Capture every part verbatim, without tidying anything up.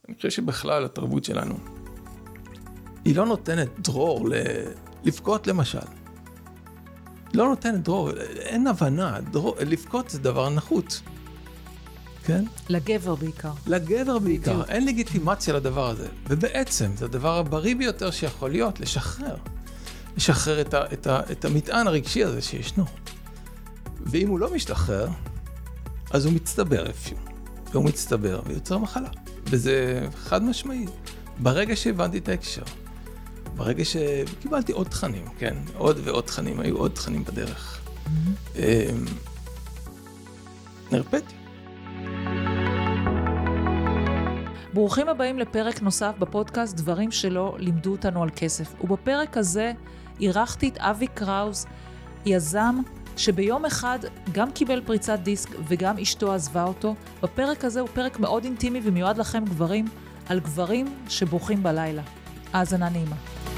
אני חושב שבכלל התרבות שלנו, היא לא נותנת דרור ל... לבכות למשל. לא נותנת דרור, אין הבנה, דרור, לבכות זה דבר נחות. כן? לגבר בעיקר. לגבר בעיקר, בדיוק. אין לגיטימציה לדבר הזה. ובעצם זה הדבר הבריא ביותר שיכול להיות, לשחרר. לשחרר את, ה, את, ה, את המטען הרגשי הזה שישנו. ואם הוא לא משתחרר, אז הוא מצטבר איפשהו. והוא מצטבר ויוצר מחלה. וזה חד משמעי. ברגע שהבנתי את ההקשר, ברגע שקיבלתי עוד תכנים, כן? עוד ועוד תכנים, היו עוד תכנים בדרך. Mm-hmm. נרפאתי. ברוכים הבאים לפרק נוסף בפודקאסט דברים שלא לימדו אותנו על כסף. ובפרק הזה אירחתי את אבי קראוס, יזם שביום אחד גם קיבל פריצת דיסק וגם אשתו עזבה אותו. בפרק הזה הוא פרק מאוד אינטימי ומיועד לכם גברים, על גברים שבוכים בלילה. האזנה נעימה.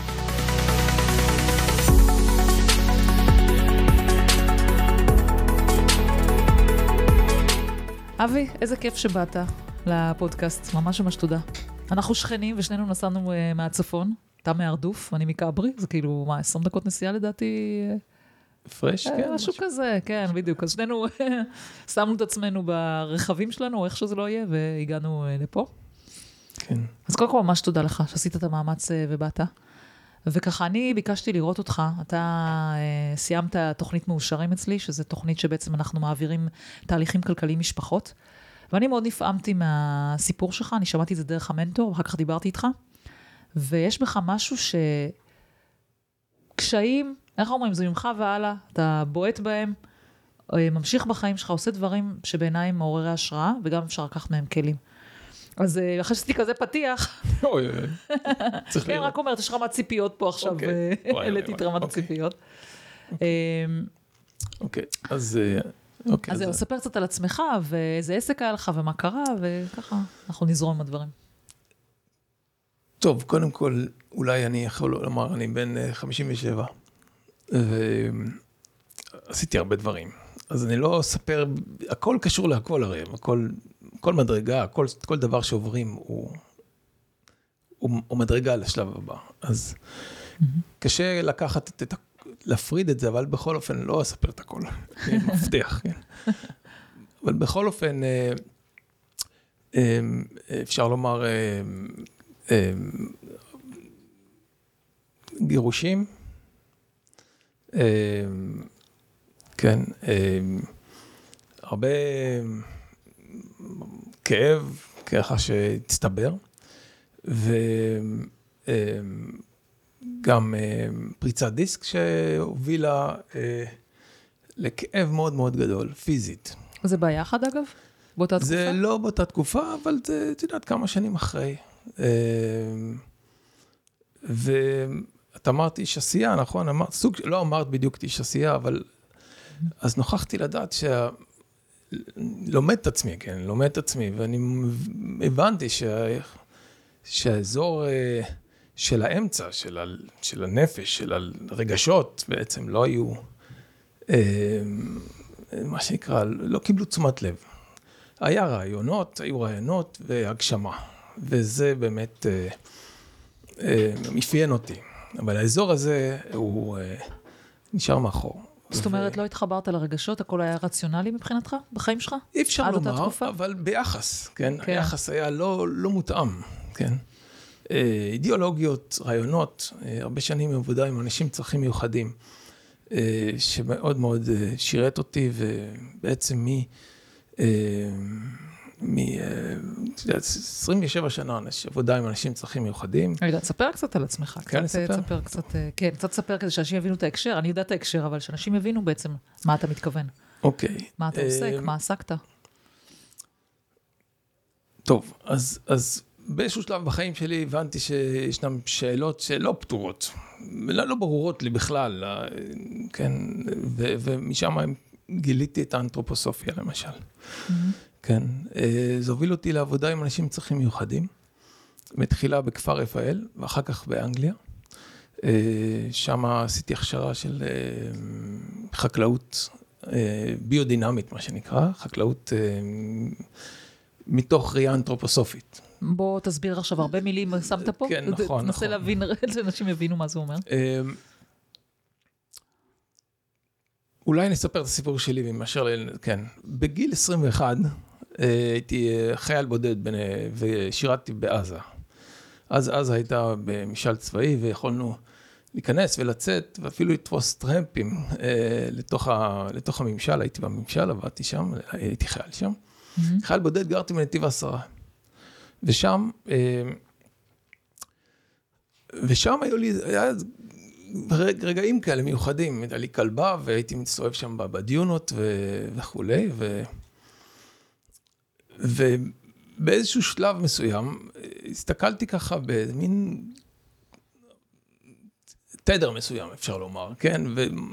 אבי, איזה כיף שבאת לפודקאסט, ממש ממש תודה. אנחנו שכנים ושנינו נסענו uh, מהצפון, אתה מהרדוף, אני מקברי, זה כאילו, מה, עשרים דקות נסיעה לדעתי? פרש, כן. משהו, משהו כזה, כן, בדיוק. אז שנינו שמנו את עצמנו ברכבים שלנו, או איך שזה לא יהיה, והגענו uh, לפה. כן. אז קודם כל ממש תודה לך, שעשית את המאמץ uh, ובאת. וככה אני ביקשתי לראות אותך, אתה uh, סיימת תוכנית מאושרים אצלי, שזו תוכנית שבעצם אנחנו מעבירים תהליכים כלכליים משפחות, ואני מאוד נפעמתי מהסיפור שלך, אני שמעתי את זה דרך המנטור, ואחר כך דיברתי איתך, ויש בך משהו שקשיים, איך אומרים, זה ממך והלאה, אתה בועט בהם, ממשיך בחיים שלך, עושה דברים שבעיניי מעוררי השראה, וגם אפשר לקחת מהם כלים. אז אחרי שעשיתי כזה פתיח, צריך כן, רק אומרת, יש רמת ציפיות פה עכשיו, העליתי את רמת הציפיות. אוקיי, אז... אז זהו, ספר קצת על עצמך, ואיזה עסק היה לך, ומה קרה, וככה אנחנו נזרום עם הדברים. טוב, קודם כל, אולי אני יכול לומר, אני בן חמישים ושבע, ועשיתי הרבה דברים. אז אני לא אספר, הכל קשור להכל הרי, הכל, כל מדרגה, כל, כל דבר שעוברים הוא, הוא, הוא מדרגה לשלב הבא. אז mm-hmm. קשה לקחת את, את, להפריד את זה, אבל בכל אופן לא אספר את הכל. אני מבטיח, כן. אבל בכל אופן, אפשר לומר, גירושים, כן, הרבה כאב, ככה שהצטבר, וגם פריצת דיסק שהובילה לכאב מאוד מאוד גדול, פיזית. זה ביחד אגב? באותה תקופה? זה לא באותה תקופה, אבל זה, את יודעת, כמה שנים אחרי. ואת אמרת איש עשייה, נכון? אמרת, סוג, לא אמרת בדיוק איש עשייה, אבל אז נוכחתי לדעת שה... לומד את עצמי, כן, לומד את עצמי, ואני הבנתי שה... שהאזור של האמצע, של, ה... של הנפש, של הרגשות, בעצם לא היו, מה שנקרא, לא קיבלו תשומת לב. היה רעיונות, היו רעיונות והגשמה, וזה באמת מפיין אותי. אבל האזור הזה הוא נשאר מאחור. זאת אומרת, לא התחברת לרגשות, הכל היה רציונלי מבחינתך בחיים שלך? אי אפשר לומר, אבל ביחס, כן? היחס היה לא מותאם, כן? אידיאולוגיות, רעיונות, הרבה שנים עבודה עם אנשים צרכים מיוחדים, שמאוד מאוד שירת אותי, ובעצם מי... מ-עשרים ושבע שנה עבודה עם אנשים צרכים מיוחדים. רגע, תספר קצת על עצמך. כן, תספר? כן, קצת תספר כדי שאנשים יבינו את ההקשר. אני יודעת את ההקשר, אבל שאנשים יבינו בעצם מה אתה מתכוון. אוקיי. מה אתה עוסק, מה עסקת. טוב, אז באיזשהו שלב בחיים שלי הבנתי שישנן שאלות שלא פתורות, לא ברורות לי בכלל, כן, ומשם גיליתי את האנתרופוסופיה למשל. כן, זה הוביל אותי לעבודה עם אנשים צרכים מיוחדים, מתחילה בכפר רפאל, ואחר כך באנגליה. שם עשיתי הכשרה של חקלאות ביודינמית, מה שנקרא, חקלאות מתוך ראייה אנתרופוסופית. בוא תסביר עכשיו הרבה מילים, שמת פה? כן, נכון, נכון. תנסה להבין, שאנשים יבינו מה זה אומר. אולי נספר את הסיפור שלי ממשל, כן. בגיל עשרים ואחת הייתי חייל בודד ושירתתי בעזה. אז עזה הייתה במשל צבאי ויכולנו להיכנס ולצאת ואפילו לתפוס טרמפים לתוך, ה, לתוך הממשל. הייתי בממשל, עבדתי שם, הייתי חייל שם. Mm-hmm. חייל בודד, גרתי בנתיב העשרה. ושם, ושם היו לי, היה רגעים כאלה מיוחדים, הייתה לי כלבה והייתי מסתובב שם בדיונות וכו'. ו... ובאיזשהו שלב מסוים, הסתכלתי ככה במין תדר מסוים, אפשר לומר, כן?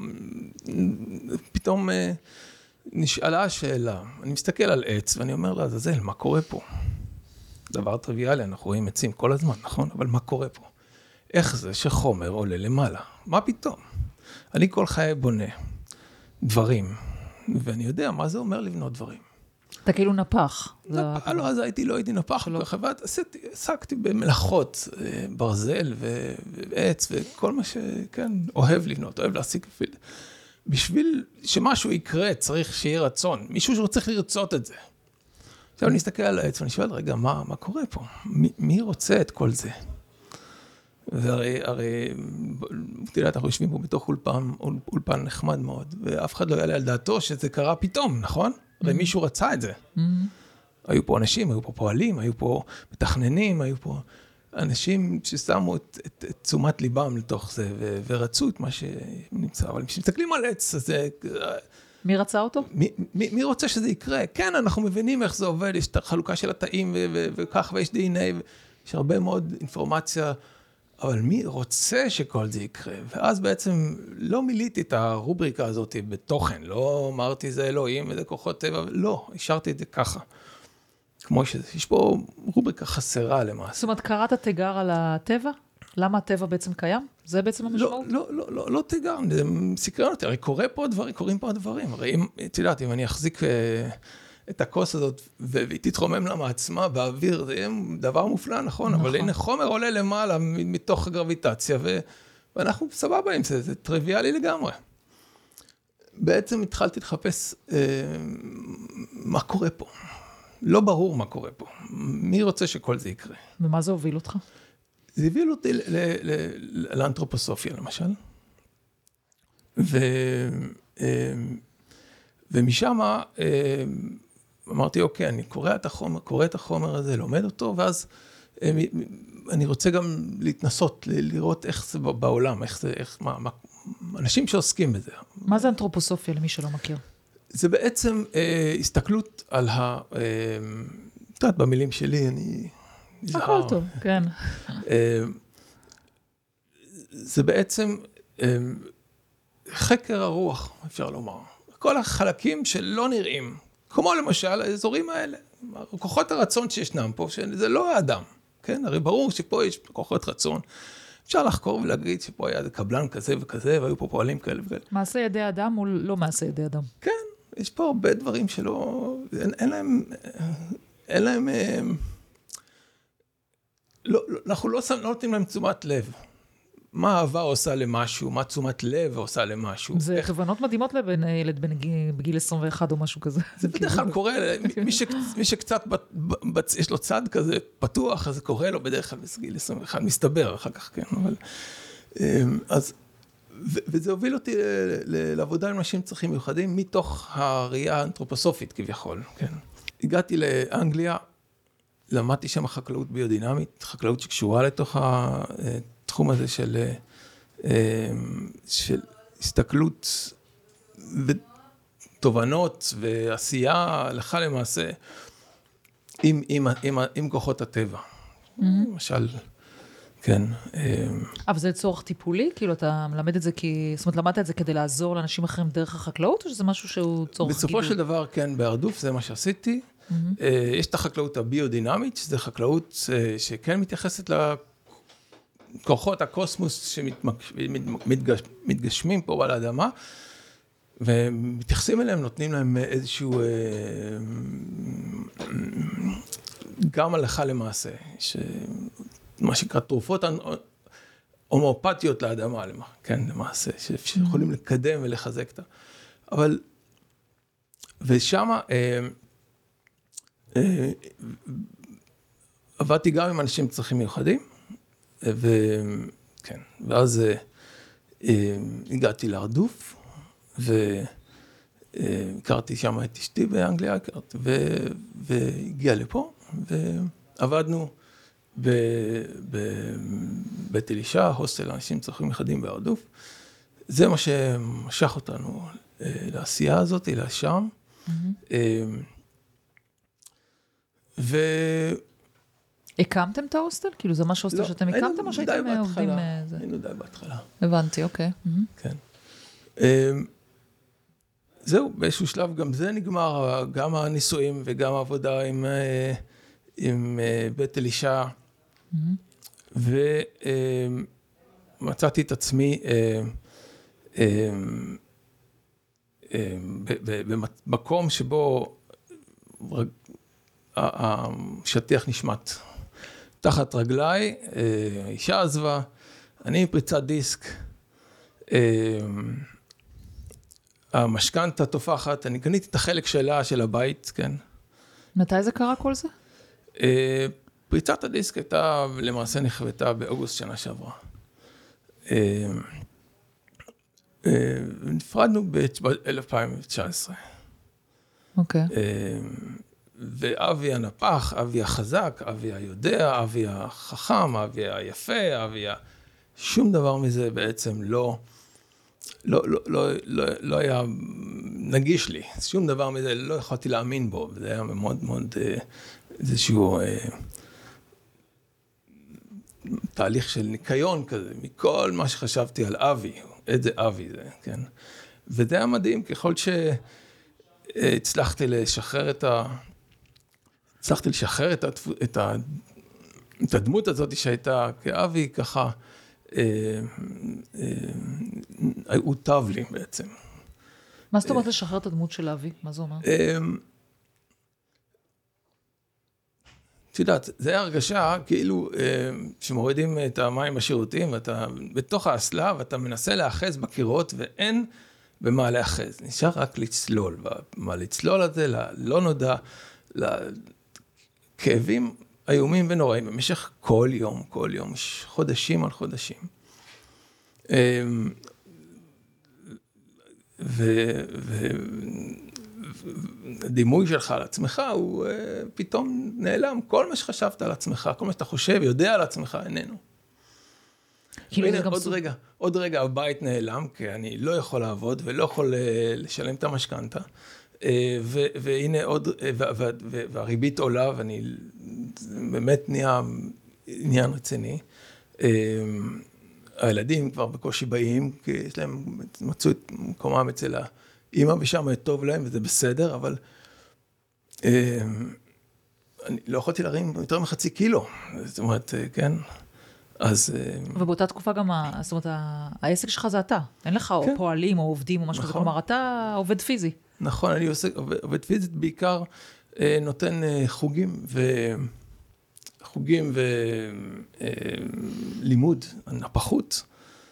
ופתאום נשאלה השאלה, אני מסתכל על עץ ואני אומר לה, זזל, מה קורה פה? דבר טריוויאלי, אנחנו רואים עצים כל הזמן, נכון? אבל מה קורה פה? איך זה שחומר עולה למעלה? מה פתאום? אני כל חיי בונה דברים, ואני יודע מה זה אומר לבנות דברים. אתה כאילו נפח. לא, אז הייתי, לא הייתי נפח, עסקתי במלאכות, ברזל ועץ וכל מה שכן, אוהב לבנות, אוהב להשיג אפילו. בשביל שמשהו יקרה, צריך שיהיה רצון. מישהו שרוצה לרצות את זה. עכשיו אני אסתכל על העץ ואני שואל, רגע, מה, מה קורה פה? מי, מי רוצה את כל זה? והרי, הרי, תראה, אנחנו יושבים פה בתוך אולפן, אולפן נחמד מאוד, ואף אחד לא יעלה על דעתו שזה קרה פתאום, נכון? הרי מישהו רצה את זה. היו פה אנשים, היו פה פועלים, היו פה מתכננים, היו פה אנשים ששמו את, את, את תשומת ליבם לתוך זה, ו, ורצו את מה שנמצא. אבל כשמסתכלים על עץ, אז זה... מי רצה אותו? מי, מי, מי רוצה שזה יקרה? כן, אנחנו מבינים איך זה עובד, יש את החלוקה של התאים ו- ו- וכך, ויש די אן איי, יש הרבה מאוד אינפורמציה, אבל מי רוצה שכל זה יקרה? ואז בעצם לא מיליתי את הרובריקה הזאת בתוכן, לא אמרתי זה אלוהים, זה כוחות טבע, לא, השארתי את זה ככה. כמו שזה, יש פה רובריקה חסרה למעשה. זאת אומרת, קראת תיגר על הטבע? למה הטבע בעצם קיים? זה בעצם המשמעות? לא, לא, לא, לא, לא תיגר, זה סקרן אותי, הרי קורה פה דברים, קורים פה דברים, הרי אם, תדעת, אם אני אחזיק את הכוס הזאת, והיא תתרומם לה מעצמה באוויר, זה יהיה דבר מופלא, נכון? אבל הנה חומר עולה למעלה מתוך הגרביטציה, ואנחנו סבבה עם זה, זה טריוויאלי לגמרי. בעצם התחלתי לחפש מה קורה פה. לא ברור מה קורה פה. מי רוצה שכל זה יקרה? ומה זה הוביל אותך? זה הוביל אותי לאנתרופוסופיה, למשל. ו... ומשם אמרתי, אוקיי, אני קורא את החומר, קורא את החומר הזה, לומד אותו, ואז אני רוצה גם להתנסות, לראות איך זה בעולם, איך זה, איך, מה, מה, אנשים שעוסקים בזה. מה זה אנתרופוסופיה, למי שלא מכיר? זה בעצם אה, הסתכלות על ה... אה, תראה, במילים שלי, אני... הכל טוב, כן. אה, זה בעצם אה, חקר הרוח, אפשר לומר. כל החלקים שלא נראים, כמו למשל האזורים האלה, כוחות הרצון שישנם פה, שזה לא האדם, כן? הרי ברור שפה יש כוחות רצון. אפשר לחקור ולהגיד שפה היה קבלן כזה וכזה, והיו פה פועלים כאלה וכאלה. מעשה ידי אדם הוא לא מעשה ידי אדם. כן, יש פה הרבה דברים שלא, אין, אין להם, אין להם, לא, אנחנו לא, לא נותנים להם תשומת לב. מה האהבה עושה למשהו, מה תשומת לב עושה למשהו. זה איך... תובנות מדהימות לבן ילד בגיל עשרים ואחת או משהו כזה. זה בדרך כלל קורה, מי, ש, מי שקצת ב, ב, ב, יש לו צד כזה פתוח, אז זה קורה לו בדרך כלל בגיל עשרים ואחת, מסתבר אחר כך, כן, אבל... אז, ו, וזה הוביל אותי ל, ל, לעבודה עם אנשים צרכים מיוחדים, מתוך הראייה האנתרופוסופית כביכול, כן. הגעתי לאנגליה, למדתי שם חקלאות ביודינמית, חקלאות שקשורה לתוך ה... תחום הזה של, של הסתכלות ותובנות ועשייה הלכה למעשה עם, עם, עם, עם כוחות הטבע. למשל, כן. אבל זה צורך טיפולי? כאילו אתה מלמד את זה כי, זאת אומרת, למדת את זה כדי לעזור לאנשים אחרים דרך החקלאות, או שזה משהו שהוא צורך גידול? בסופו של דבר, כן, בהרדוף זה מה שעשיתי. יש את החקלאות הביודינמית, שזה חקלאות שכן מתייחסת ל... כוחות הקוסמוס שמתגשמים פה על האדמה, ומתייחסים אליהם, נותנים להם איזשהו גם הלכה למעשה, מה שנקרא תרופות הומאופתיות לאדמה, כן, למעשה, שיכולים לקדם ולחזק אותה. אבל, ושמה, אה, אה, עבדתי גם עם אנשים צרכים מיוחדים, וכן, ואז אה, אה, הגעתי להרדוף, והכרתי שם את אשתי באנגליה, והגיע לפה, ועבדנו בבית אלישע, הוסטל לאנשים צרכים מיוחדים בהרדוף. זה מה שמשך אותנו לעשייה הזאת, לשם. ו... הקמתם את ההוסטל? כאילו זה משהו הוסטל שאתם הקמתם או שהייתם עובדים? היינו די בהתחלה. הבנתי, אוקיי. כן. זהו, באיזשהו שלב גם זה נגמר, גם הניסויים וגם העבודה עם, עם בית אלישע, ומצאתי את עצמי במקום שבו השטיח נשמט תחת רגליי, האישה עזבה, אני פריצת דיסק, המשכנתה תופחת, אני קניתי את החלק שלה של הבית, כן. מתי זה קרה כל זה? פריצת הדיסק הייתה למעשה נחוותה באוגוסט שנה שעברה. נפרדנו ב-אלף תשע עשרה. אוקיי. ואבי הנפח, אבי החזק, אבי היודע, אבי החכם, אבי היפה, אבי ה... שום דבר מזה בעצם לא, לא, לא, לא, לא, לא היה נגיש לי. שום דבר מזה לא יכולתי להאמין בו. וזה היה מאוד מאוד איזשהו תהליך של ניקיון כזה, מכל מה שחשבתי על אבי, איזה אבי זה, כן. וזה היה מדהים, ככל שהצלחתי לשחרר את ה... הצלחתי לשחרר את, התפ... את, ה... את הדמות הזאת שהייתה כאבי, ככה, אה, אה, הוא טב לי בעצם. מה זאת אומרת אה, לשחרר את הדמות של אבי? מה זה אומר? אה, את יודעת, זה היה הרגשה כאילו אה, שמורידים את המים בשירותים, ואתה בתוך האסלה, ואתה מנסה לאחז בקירות, ואין במה לאחז. נשאר רק לצלול, ומה לצלול את זה, לא נודע, לכאבים איומים ונוראים, במשך כל יום, כל יום, חודשים על חודשים. והדימוי שלך על עצמך הוא פתאום נעלם. כל מה שחשבת על עצמך, כל מה שאתה חושב, יודע על עצמך, איננו. עוד רגע, עוד רגע הבית נעלם, כי אני לא יכול לעבוד ולא יכול לשלם את המשכנתה. והנה עוד, והריבית עולה, ואני באמת נהיה עניין רציני. הילדים כבר בקושי באים, כי יש להם, מצאו את מקומם אצל האמא, ושם טוב להם, וזה בסדר, אבל אני לא יכולתי להרים יותר מחצי קילו. זאת אומרת, כן. אז... ובאותה תקופה גם, זאת אומרת, העסק שלך זה אתה. אין לך או פועלים או עובדים או משהו כזה, כלומר, אתה עובד פיזי. נכון, אני עובד פיזית בעיקר, נותן חוגים ו... חוגים ולימוד, נפחות.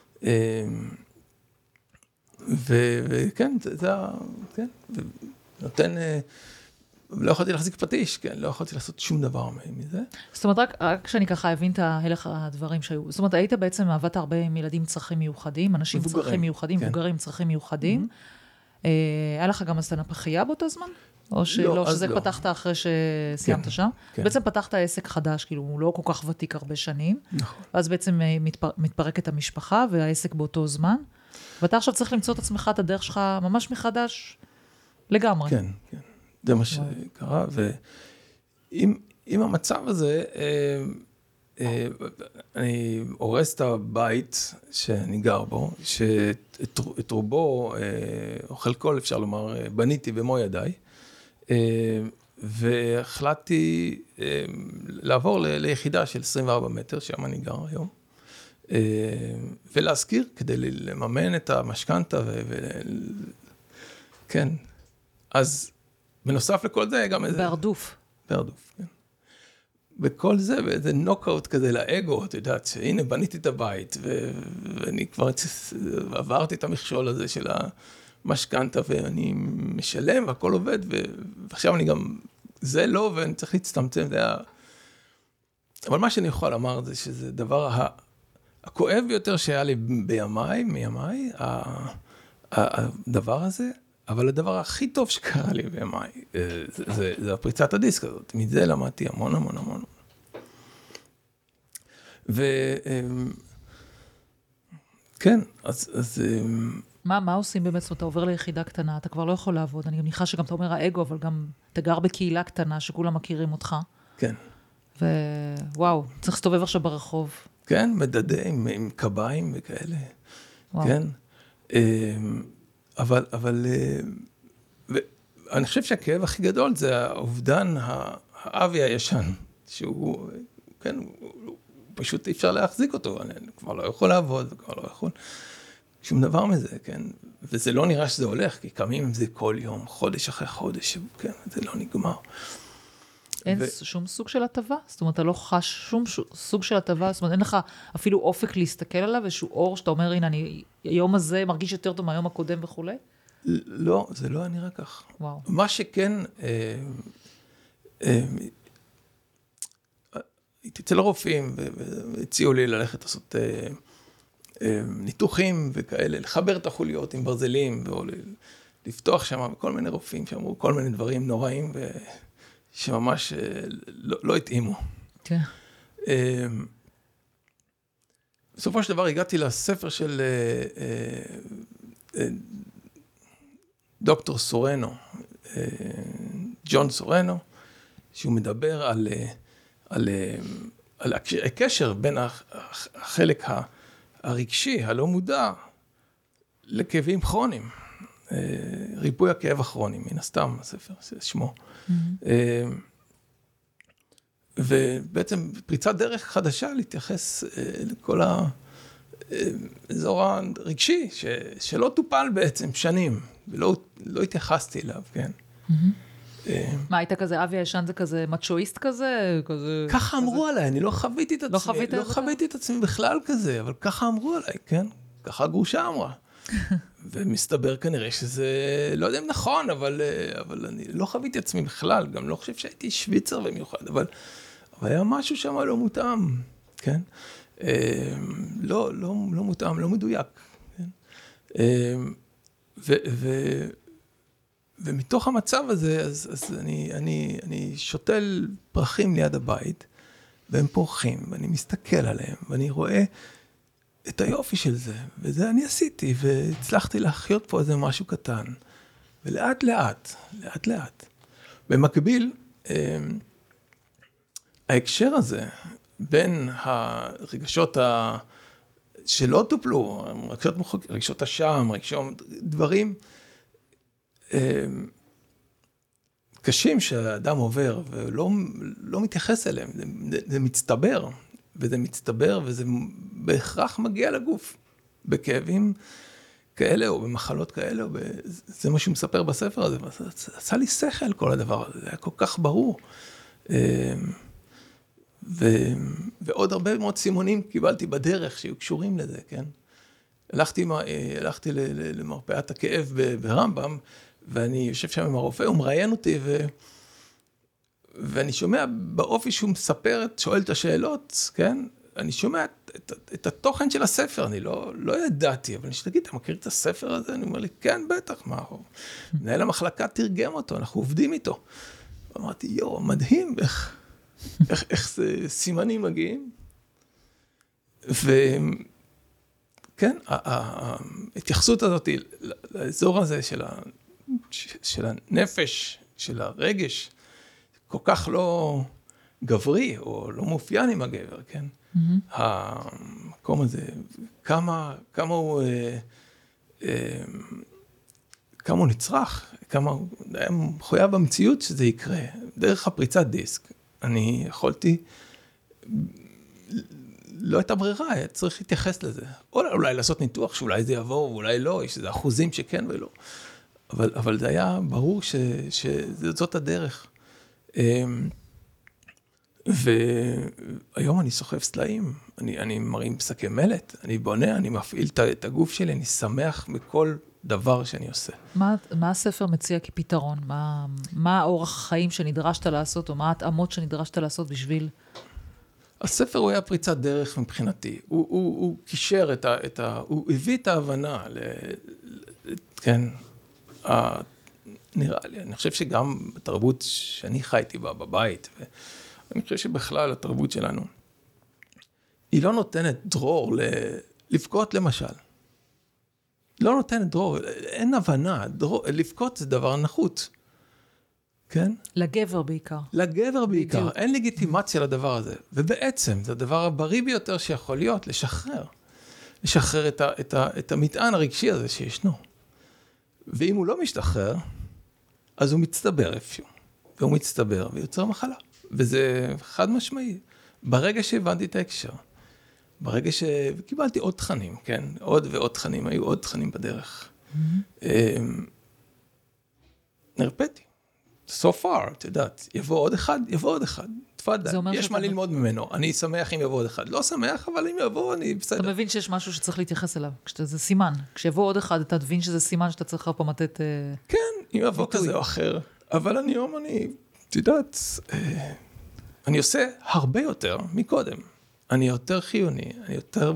וכן, זה ה... כן, ונותן... לא יכולתי להחזיק פטיש, כן, לא יכולתי לעשות שום דבר מזה. זאת אומרת, רק, רק כשאני ככה הבין את הלך הדברים שהיו, זאת אומרת, היית בעצם, עבדת הרבה עם ילדים צרכים מיוחדים, אנשים מבוגרים, צרכים מיוחדים, מבוגרים כן. צרכים מיוחדים. Mm-hmm. אה, היה לך גם הסטנפחייה באותו זמן? או שלא, לא, שזה לא. פתחת אחרי שסיימת כן, שם? כן. בעצם פתחת עסק חדש, כאילו, הוא לא כל כך ותיק הרבה שנים. נכון. ואז בעצם מתפר, מתפרקת המשפחה, והעסק באותו זמן. ואתה עכשיו צריך למצוא את עצמך, את הדרך שלך ממש מחדש לגמרי. כן, כן. זה מה שקרה, ועם המצב הזה, אני הורס את הבית שאני גר בו, שאת רובו, או חלקו אפשר לומר, בניתי במו ידיי, והחלטתי לעבור ליחידה של עשרים וארבעה מטר, שם אני גר היום, ולהזכיר כדי לממן את המשכנתה, וכן, אז... בנוסף לכל זה, גם איזה... בהרדוף. בהרדוף, כן. בכל זה, באיזה נוקאוט כזה לאגו, את יודעת, שהנה בניתי את הבית, ו... ואני כבר עברתי את המכשול הזה של המשכנתה, ואני משלם, והכל עובד, ו... ועכשיו אני גם, זה לא, ואני צריך להצטמצם, זה היה... אבל מה שאני יכול לומר זה שזה דבר ה... הכואב ביותר שהיה לי בימיי, מימיי, הדבר הזה, אבל הדבר הכי טוב שקרה לי בימיי, זה, זה, זה הפריצת הדיסק הזאת. מזה למדתי המון המון המון. ו... כן, אז... אז מה, מה עושים באמת? זאת אומרת, אתה עובר ליחידה קטנה, אתה כבר לא יכול לעבוד. אני מניחה שגם אתה אומר האגו, אבל גם אתה גר בקהילה קטנה שכולם מכירים אותך. כן. ווואו, צריך להסתובב עכשיו ברחוב. כן, מדדה עם, עם קביים וכאלה. וואו. כן. אבל, אבל, ואני חושב שהכאב הכי גדול זה האובדן האבי הישן, שהוא, כן, הוא פשוט אי אפשר להחזיק אותו, אני כבר לא יכול לעבוד, כבר לא יכול, שום דבר מזה, כן, וזה לא נראה שזה הולך, כי קמים עם זה כל יום, חודש אחרי חודש, כן, זה לא נגמר. אין ו... שום סוג של הטבה? זאת אומרת, אתה לא חש שום סוג של הטבה? זאת אומרת, אין לך אפילו אופק להסתכל עליו, איזשהו אור שאתה אומר, הנה, אני היום הזה מרגיש יותר טוב מהיום הקודם וכו'? לא, זה לא היה נראה כך. וואו. מה שכן, הייתי אצל הרופאים, והציעו לי ללכת לעשות ניתוחים וכאלה, לחבר את החוליות עם ברזלים, ולפתוח שם, וכל מיני רופאים שאמרו כל מיני דברים נוראים, ו... שממש לא, לא התאימו. כן. בסופו של דבר הגעתי לספר של דוקטור סורנו, ג'ון סורנו, שהוא מדבר על, על, על הקשר בין החלק הרגשי, הלא מודע, לכאבים כרוניים. ריפוי הכאב הכרוני, מן הסתם, הספר, שמו. ובעצם פריצת דרך חדשה להתייחס לכל האזור הרגשי, שלא טופל בעצם שנים, ולא התייחסתי אליו, כן. מה, היית כזה, אבי הישן זה כזה מצ'ואיסט כזה? ככה אמרו עליי, אני לא חוויתי את עצמי, לא חוויתי את עצמי בכלל כזה, אבל ככה אמרו עליי, כן? ככה הגרושה אמרה. ומסתבר כנראה שזה, לא יודע אם נכון, אבל, אבל אני לא חוויתי עצמי בכלל, גם לא חושב שהייתי שוויצר במיוחד, אבל, אבל היה משהו שם לא מותאם, כן? לא, לא, לא מותאם, לא מדויק, כן? ו, ו, ומתוך המצב הזה, אז, אז אני, אני, אני שותל פרחים ליד הבית, והם פורחים, ואני מסתכל עליהם, ואני רואה את היופי של זה, וזה אני עשיתי, והצלחתי להחיות פה איזה משהו קטן, ולאט לאט, לאט לאט. במקביל, ההקשר הזה, בין הרגשות ה... שלא טופלו, רגשות, מוחק... רגשות השם, רגשות דברים קשים שהאדם עובר, ולא לא מתייחס אליהם, זה, זה מצטבר. וזה מצטבר, וזה בהכרח מגיע לגוף, בכאבים כאלה, או במחלות כאלה, או ב... זה מה שהוא מספר בספר הזה, וזה עשה לי שכל כל הדבר הזה, זה היה כל כך ברור. ו... ועוד הרבה מאוד סימונים קיבלתי בדרך, שהיו קשורים לזה, כן? הלכתי, הלכתי למרפאת הכאב ברמב"ם, ואני יושב שם עם הרופא, הוא מראיין אותי, ו... ואני שומע באופי שהוא מספר, שואל את השאלות, כן? אני שומע את, את, את התוכן של הספר, אני לא, לא ידעתי, אבל אני שתגיד, אתה מכיר את הספר הזה? אני אומר לי, כן, בטח, מה הוא? מנהל המחלקה תרגם אותו, אנחנו עובדים איתו. אמרתי, יו, מדהים, איך, איך, איך זה סימנים מגיעים. וכן, ההתייחסות הזאת לאזור הזה של, ה, של הנפש, של הרגש, כל כך לא גברי, או לא מאופיין עם הגבר, כן? Mm-hmm. המקום הזה, כמה, כמה הוא, אה, אה, כמה הוא נצרך, כמה הוא היה מחויב במציאות שזה יקרה. דרך הפריצת דיסק, אני יכולתי, לא הייתה ברירה, היה צריך להתייחס לזה. או אולי לעשות ניתוח, שאולי זה יבוא, ואולי לא, יש איזה אחוזים שכן ולא. אבל, אבל זה היה ברור ש, שזאת הדרך. והיום אני סוחב סלעים, אני, אני מרים פסקי מלט, אני בונה, אני מפעיל את הגוף שלי, אני שמח מכל דבר שאני עושה. מה, מה הספר מציע כפתרון? מה, מה האורח החיים שנדרשת לעשות, או מה ההתאמות שנדרשת לעשות בשביל... הספר הוא היה פריצת דרך מבחינתי. הוא, הוא, הוא קישר את ה, את ה... הוא הביא את ההבנה ל... כן, ה, נראה לי, אני חושב שגם בתרבות שאני חייתי בה בבית, ואני חושב שבכלל התרבות שלנו, היא לא נותנת דרור ל... לבכות למשל. לא נותנת דרור, אין הבנה, דרור, לבכות זה דבר נחות. כן? לגבר בעיקר. לגבר בעיקר, בדיוק. אין לגיטימציה לדבר הזה. ובעצם זה הדבר הבריא ביותר שיכול להיות, לשחרר. לשחרר את, ה, את, ה, את המטען הרגשי הזה שישנו. ואם הוא לא משתחרר, אז הוא מצטבר איפשהו. והוא מצטבר ויוצר מחלה. וזה חד משמעי. ברגע שהבנתי את ההקשר, ברגע שקיבלתי עוד תכנים, כן? עוד ועוד תכנים, היו עוד תכנים בדרך. Mm-hmm. נרפאתי. So far, את יודעת, יבוא עוד אחד, יבוא עוד אחד. תפאדל, יש מה ללמוד ממנו. אני שמח אם יבוא עוד אחד. לא שמח, אבל אם יבוא, אני בסדר. אתה מבין שיש משהו שצריך להתייחס אליו. זה סימן. כשיבוא עוד אחד, אתה תבין שזה סימן שאתה צריך פעם לתת... כן, אם יבוא כזה או אחר. אבל אני היום, אני, את יודעת, אני עושה הרבה יותר מקודם. אני יותר חיוני, אני יותר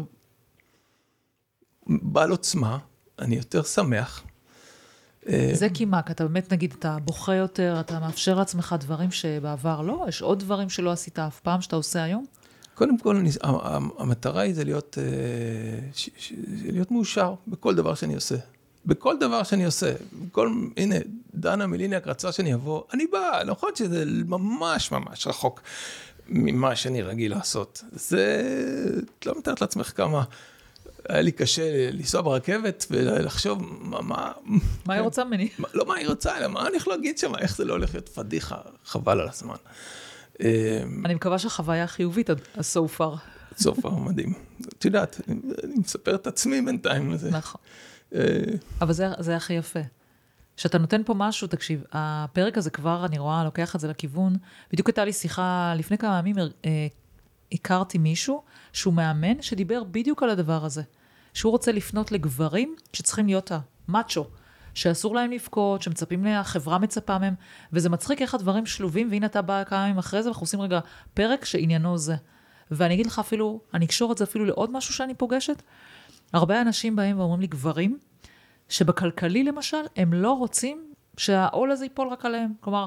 בעל עוצמה, אני יותר שמח. זה כמעט, אתה באמת נגיד, אתה בוכה יותר, אתה מאפשר לעצמך דברים שבעבר לא, יש עוד דברים שלא עשית אף פעם שאתה עושה היום? קודם כל, אני, המטרה היא זה להיות, ש, ש, להיות מאושר בכל דבר שאני עושה. בכל דבר שאני עושה. בכל, הנה, דנה מיליניאק רצה שאני אבוא, אני בא, נכון שזה ממש ממש רחוק ממה שאני רגיל לעשות. זה, לא מתארת לעצמך כמה... היה לי קשה לנסוע ברכבת ולחשוב מה... מה, מה היא רוצה ממני? לא מה היא רוצה, אלא מה אני יכול להגיד שם, איך זה לא הולך להיות פדיחה, חבל על הזמן. אני מקווה שהחוויה חיובית, so far. so far, מדהים. את יודעת, אני מספר את עצמי בינתיים. נכון. אבל זה הכי יפה. שאתה נותן פה משהו, תקשיב, הפרק הזה כבר, אני רואה, לוקח את זה לכיוון, בדיוק הייתה לי שיחה, לפני כמה ימים, הכרתי מישהו שהוא מאמן שדיבר בדיוק על הדבר הזה. שהוא רוצה לפנות לגברים שצריכים להיות המאצ'ו, שאסור להם לבכות, שמצפים לה, החברה מצפה מהם, וזה מצחיק איך הדברים שלובים, והנה אתה בא כמה ימים אחרי זה, ואנחנו עושים רגע פרק שעניינו זה. ואני אגיד לך אפילו, אני אקשור את זה אפילו לעוד משהו שאני פוגשת. הרבה אנשים באים ואומרים לי גברים, שבכלכלי למשל, הם לא רוצים שהעול הזה ייפול רק עליהם. כלומר,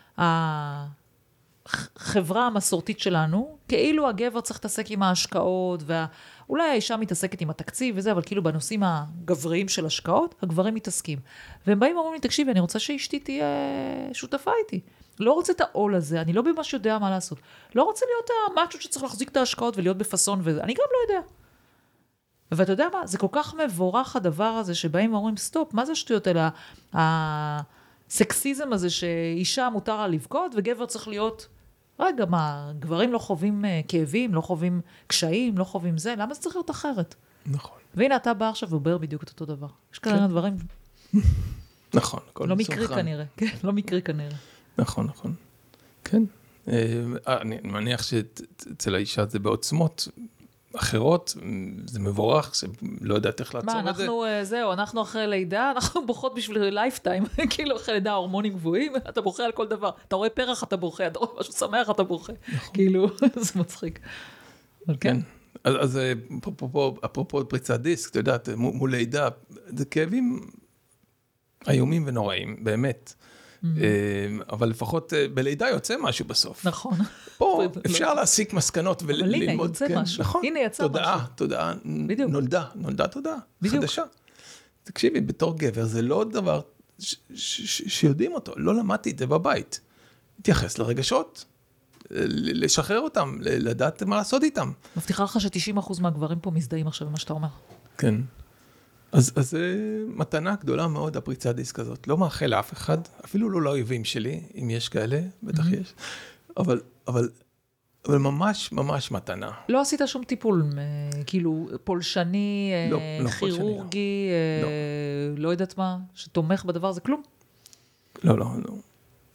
החברה המסורתית שלנו, כאילו הגבר צריך להתעסק עם ההשקעות, ואולי האישה מתעסקת עם התקציב וזה, אבל כאילו בנושאים הגבריים של השקעות, הגברים מתעסקים. והם באים ואומרים לי, תקשיבי, אני רוצה שאשתי תהיה שותפה איתי. לא רוצה את העול הזה, אני לא ממש יודע מה לעשות. לא רוצה להיות המאצ'ו שצריך להחזיק את ההשקעות ולהיות בפסון, ואני גם לא יודע. ואתה יודע מה, זה כל כך מבורך הדבר הזה, שבאים ואומרים, סטופ, מה זה השטויות האלה? הסקסיזם הזה שאישה מותר לה לבכות, וגבר צריך להיות, רגע, מה, גברים לא חווים כאבים, לא חווים קשיים, לא חווים זה, למה זה צריך להיות אחרת? נכון. והנה, אתה בא עכשיו ועובר בדיוק את אותו דבר. יש כאלה דברים... נכון. לא מקרי כנראה, כן, לא מקרי כנראה. נכון, נכון. כן. אני מניח שאצל האישה זה בעוצמות אחרות, זה מבורך, שלא יודעת איך לעצור את זה. מה, אנחנו, זהו, אנחנו אחרי לידה, אנחנו בוכות בשביל לייפטיים, כאילו אחרי לידה, הורמונים גבוהים, אתה בוכה על כל דבר. אתה רואה פרח, אתה בוכה, אתה רואה משהו שמח, אתה בוכה. כאילו, זה מצחיק. כן. אז אפרופו פריצת דיסק, אתה יודעת, מול לידה, זה כאבים איומים ונוראים, באמת. אבל לפחות בלידה יוצא משהו בסוף. נכון. פה אפשר להסיק מסקנות וללמוד. אבל הנה, יוצא משהו. הנה יצא משהו. תודעה, תודעה, נולדה, נולדה תודעה, חדשה. תקשיבי, בתור גבר זה לא דבר שיודעים אותו, לא למדתי את זה בבית. התייחס לרגשות, לשחרר אותם, לדעת מה לעשות איתם. מבטיחה לך ש-תשעים אחוז מהגברים פה מזדהים עכשיו במה שאתה אומר. כן. אז זה מתנה גדולה מאוד, הפריצת דיסק הזאת. לא מאחל לאף אחד, אפילו לא לאויבים שלי, אם יש כאלה, בטח יש. אבל, אבל, אבל ממש, ממש מתנה. לא עשית שום טיפול, כאילו, פולשני, לא, לא כירורגי, לא. לא יודעת מה, שתומך בדבר הזה, כלום? לא, לא, לא.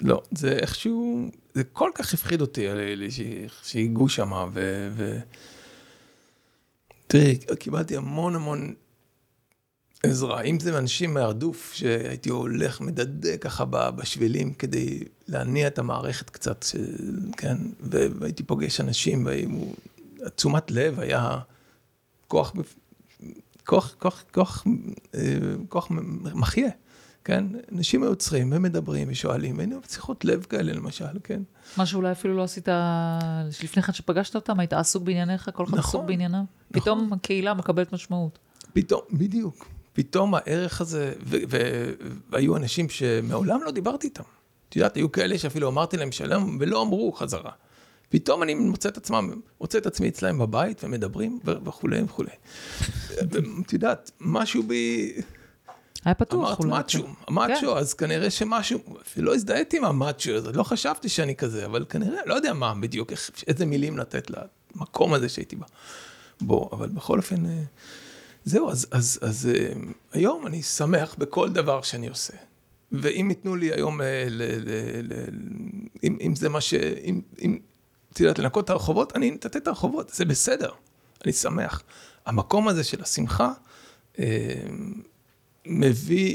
לא, זה איכשהו, זה כל כך הפחיד אותי, שהיגעו שמה, ו... תראי, קיבלתי המון המון עזרה, אם זה אנשים מהרדוף, שהייתי הולך מדדה ככה בשבילים, כדי להניע את המערכת קצת, כן, והייתי פוגש אנשים, תשומת לב היה כוח, כוח, כוח, כוח, כוח מחיה, כן, אנשים היוצרים, הם מדברים ושואלים, היינו בשיחות לב כאלה למשל, כן. מה שאולי אפילו לא עשית, לפני כן שפגשת אותם, היית עסוק בענייניך, כל אחד עסוק בענייניו, פתאום הקהילה מקבלת משמעות. פתאום, בדיוק. פתאום הערך הזה, והיו אנשים שמעולם לא דיברתי איתם. את יודעת, היו כאלה שאפילו אמרתי להם שלום, ולא אמרו חזרה. פתאום אני מוצא את עצמם, מוצא את עצמי אצלהם בבית, ומדברים, וכו' וכו'. את יודעת, משהו בי... היה פתוח. אמרת מאצ'ו, מאצ'ו, אז כנראה שמשהו, לא הזדהיתי עם המאצ'ו הזה, לא חשבתי שאני כזה, אבל כנראה, לא יודע מה בדיוק, איזה מילים לתת למקום הזה שהייתי בה. בוא, אבל בכל אופן... זהו, אז, אז, אז היום אני שמח בכל דבר שאני עושה. ואם ייתנו לי היום, ל, ל, ל, אם, אם זה מה ש... אם, אם תדעת לנקות את הרחובות, אני נתת את הרחובות, זה בסדר, אני שמח. המקום הזה של השמחה, אה, מביא,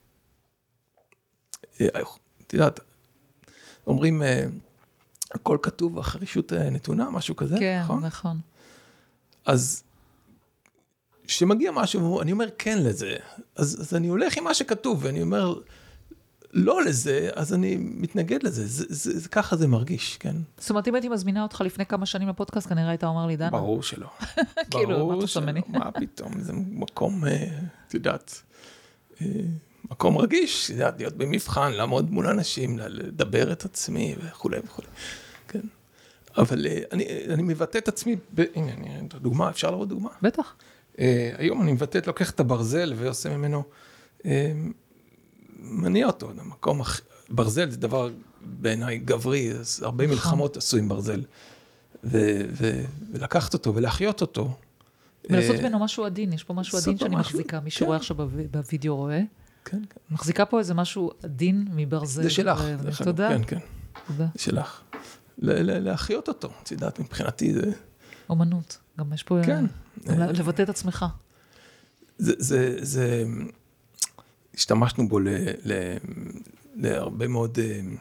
אה, תדעת, אומרים, אה, הכל כתוב, החרישות נתונה, משהו כזה, כן, נכון? נכון. אז... שמגיע משהו, אני אומר כן לזה, אז, אז אני הולך עם מה שכתוב, ואני אומר לא לזה, אז אני מתנגד לזה, זה, זה, זה, ככה זה מרגיש, כן? זאת אומרת, אם הייתי מזמינה אותך לפני כמה שנים לפודקאסט, כנראה היית אומר לי, דנה. ברור שלא. כאילו, מה אתה שמני? מה פתאום, זה מקום, את יודעת, מקום רגיש, את יודעת, להיות במבחן, לעמוד מול אנשים, לדבר את עצמי וכו' וכו', כן? אבל אני, אני מבטא את עצמי, הנה, אני, דוגמה, אפשר לראות דוגמה? בטח. Uh, היום אני מבטאת, לוקח את הברזל ועושה ממנו, uh, מניע אותו, המקום, ברזל זה דבר בעיניי גברי, אז הרבה מלחמות עשו עם ברזל, ו- ו- ולקחת אותו ולהחיות אותו. ולעשות ממנו משהו עדין, יש פה משהו עדין שאני מחזיקה, מי שרואה עכשיו בווידאו רואה, כן, כן. מחזיקה פה איזה משהו עדין מברזל. זה שלך. תודה. כן, כן. תודה. זה שלך. להחיות אותו, צדעת, מבחינתי זה... אומנות, גם יש פה... כן. לבטא את עצמך. זה, זה, זה, השתמשנו בו ל, ל, להרבה מאוד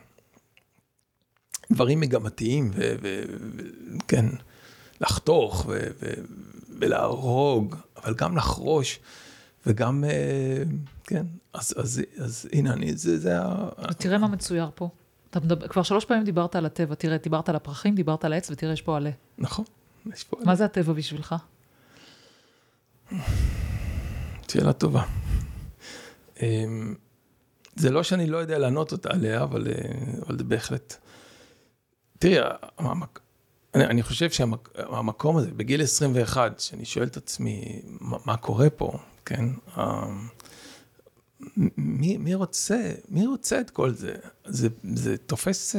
דברים מגמתיים, ו, ו, ו, כן, לחתוך ו, ו, ולהרוג, אבל גם לחרוש, וגם, כן, אז, אז, אז הנה, אני, זה, זה ה... ותראה מה מצויר פה. אתה מדבר, כבר שלוש פעמים דיברת על הטבע, תראה, דיברת על הפרחים, דיברת על העץ, ותראה, יש פה עלה. נכון, יש פה עלה. מה זה הטבע בשבילך? שאלה טובה. זה לא שאני לא יודע לענות אותה עליה, אבל, אבל זה בהחלט. תראי, אני, אני חושב שהמקום הזה, בגיל עשרים ואחת, שאני שואל את עצמי, מה, מה קורה פה, כן? מי, מי רוצה, מי רוצה את כל זה? זה, זה תופס,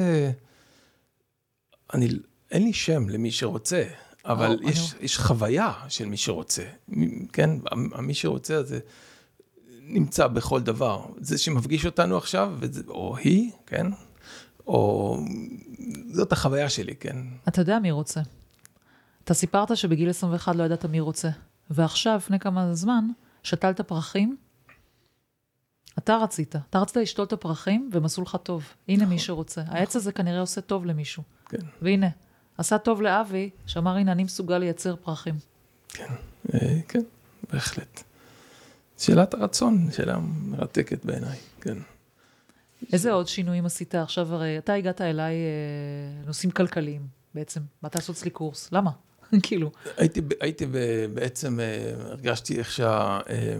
אני, אין לי שם למי שרוצה, אבל או, יש, אני... יש חוויה של מי שרוצה, כן? מי שרוצה זה נמצא בכל דבר. זה שמפגיש אותנו עכשיו, וזה, או היא, כן? או זאת החוויה שלי, כן? אתה יודע מי רוצה. אתה סיפרת שבגיל עשרים ואחת לא ידעת מי רוצה, ועכשיו, לפני כמה זמן, שתלת פרחים, אתה רצית, אתה רצית לשתול את הפרחים, והם עשו לך טוב. הנה מי שרוצה. העץ הזה כנראה עושה טוב למישהו. כן. והנה, עשה טוב לאבי, שאמר, הנה, אני מסוגל לייצר פרחים. כן, כן, בהחלט. שאלת הרצון, שאלה מרתקת בעיניי, כן. איזה עוד שינויים עשית עכשיו? הרי אתה הגעת אליי נושאים כלכליים, בעצם. ואתה עשו אצלי קורס. למה? כאילו. הייתי, הייתי בעצם, הרגשתי איך שה...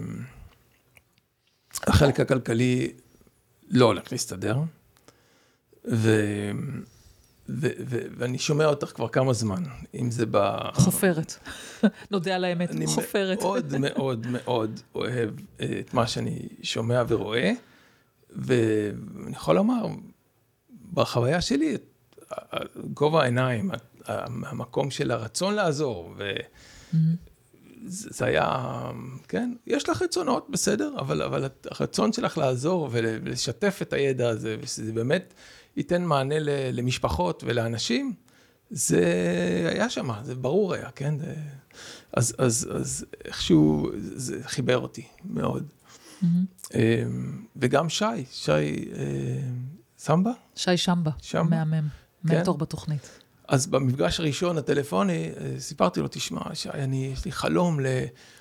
החלק הכלכלי לא הולך להסתדר, ו... ו... ו... ואני שומע אותך כבר כמה זמן, אם זה ב... חופרת. נודע על האמת, חופרת. אני מאוד מאוד מאוד אוהב את מה שאני שומע ורואה, ואני יכול לומר, בחוויה שלי, גובה העיניים, המקום של הרצון לעזור, ו... זה היה, כן, יש לך רצונות, בסדר, אבל, אבל הרצון שלך לעזור ולשתף את הידע הזה, ושזה באמת ייתן מענה למשפחות ולאנשים, זה היה שם, זה ברור היה, כן? אז, אז, אז איכשהו זה חיבר אותי מאוד. Mm-hmm. וגם שי, שי סמבה? שי שמבה, שמבה. מהמם, כן? מנטור בתוכנית. אז במפגש הראשון הטלפוני, סיפרתי לו, תשמע, שי, אני, יש לי חלום ל...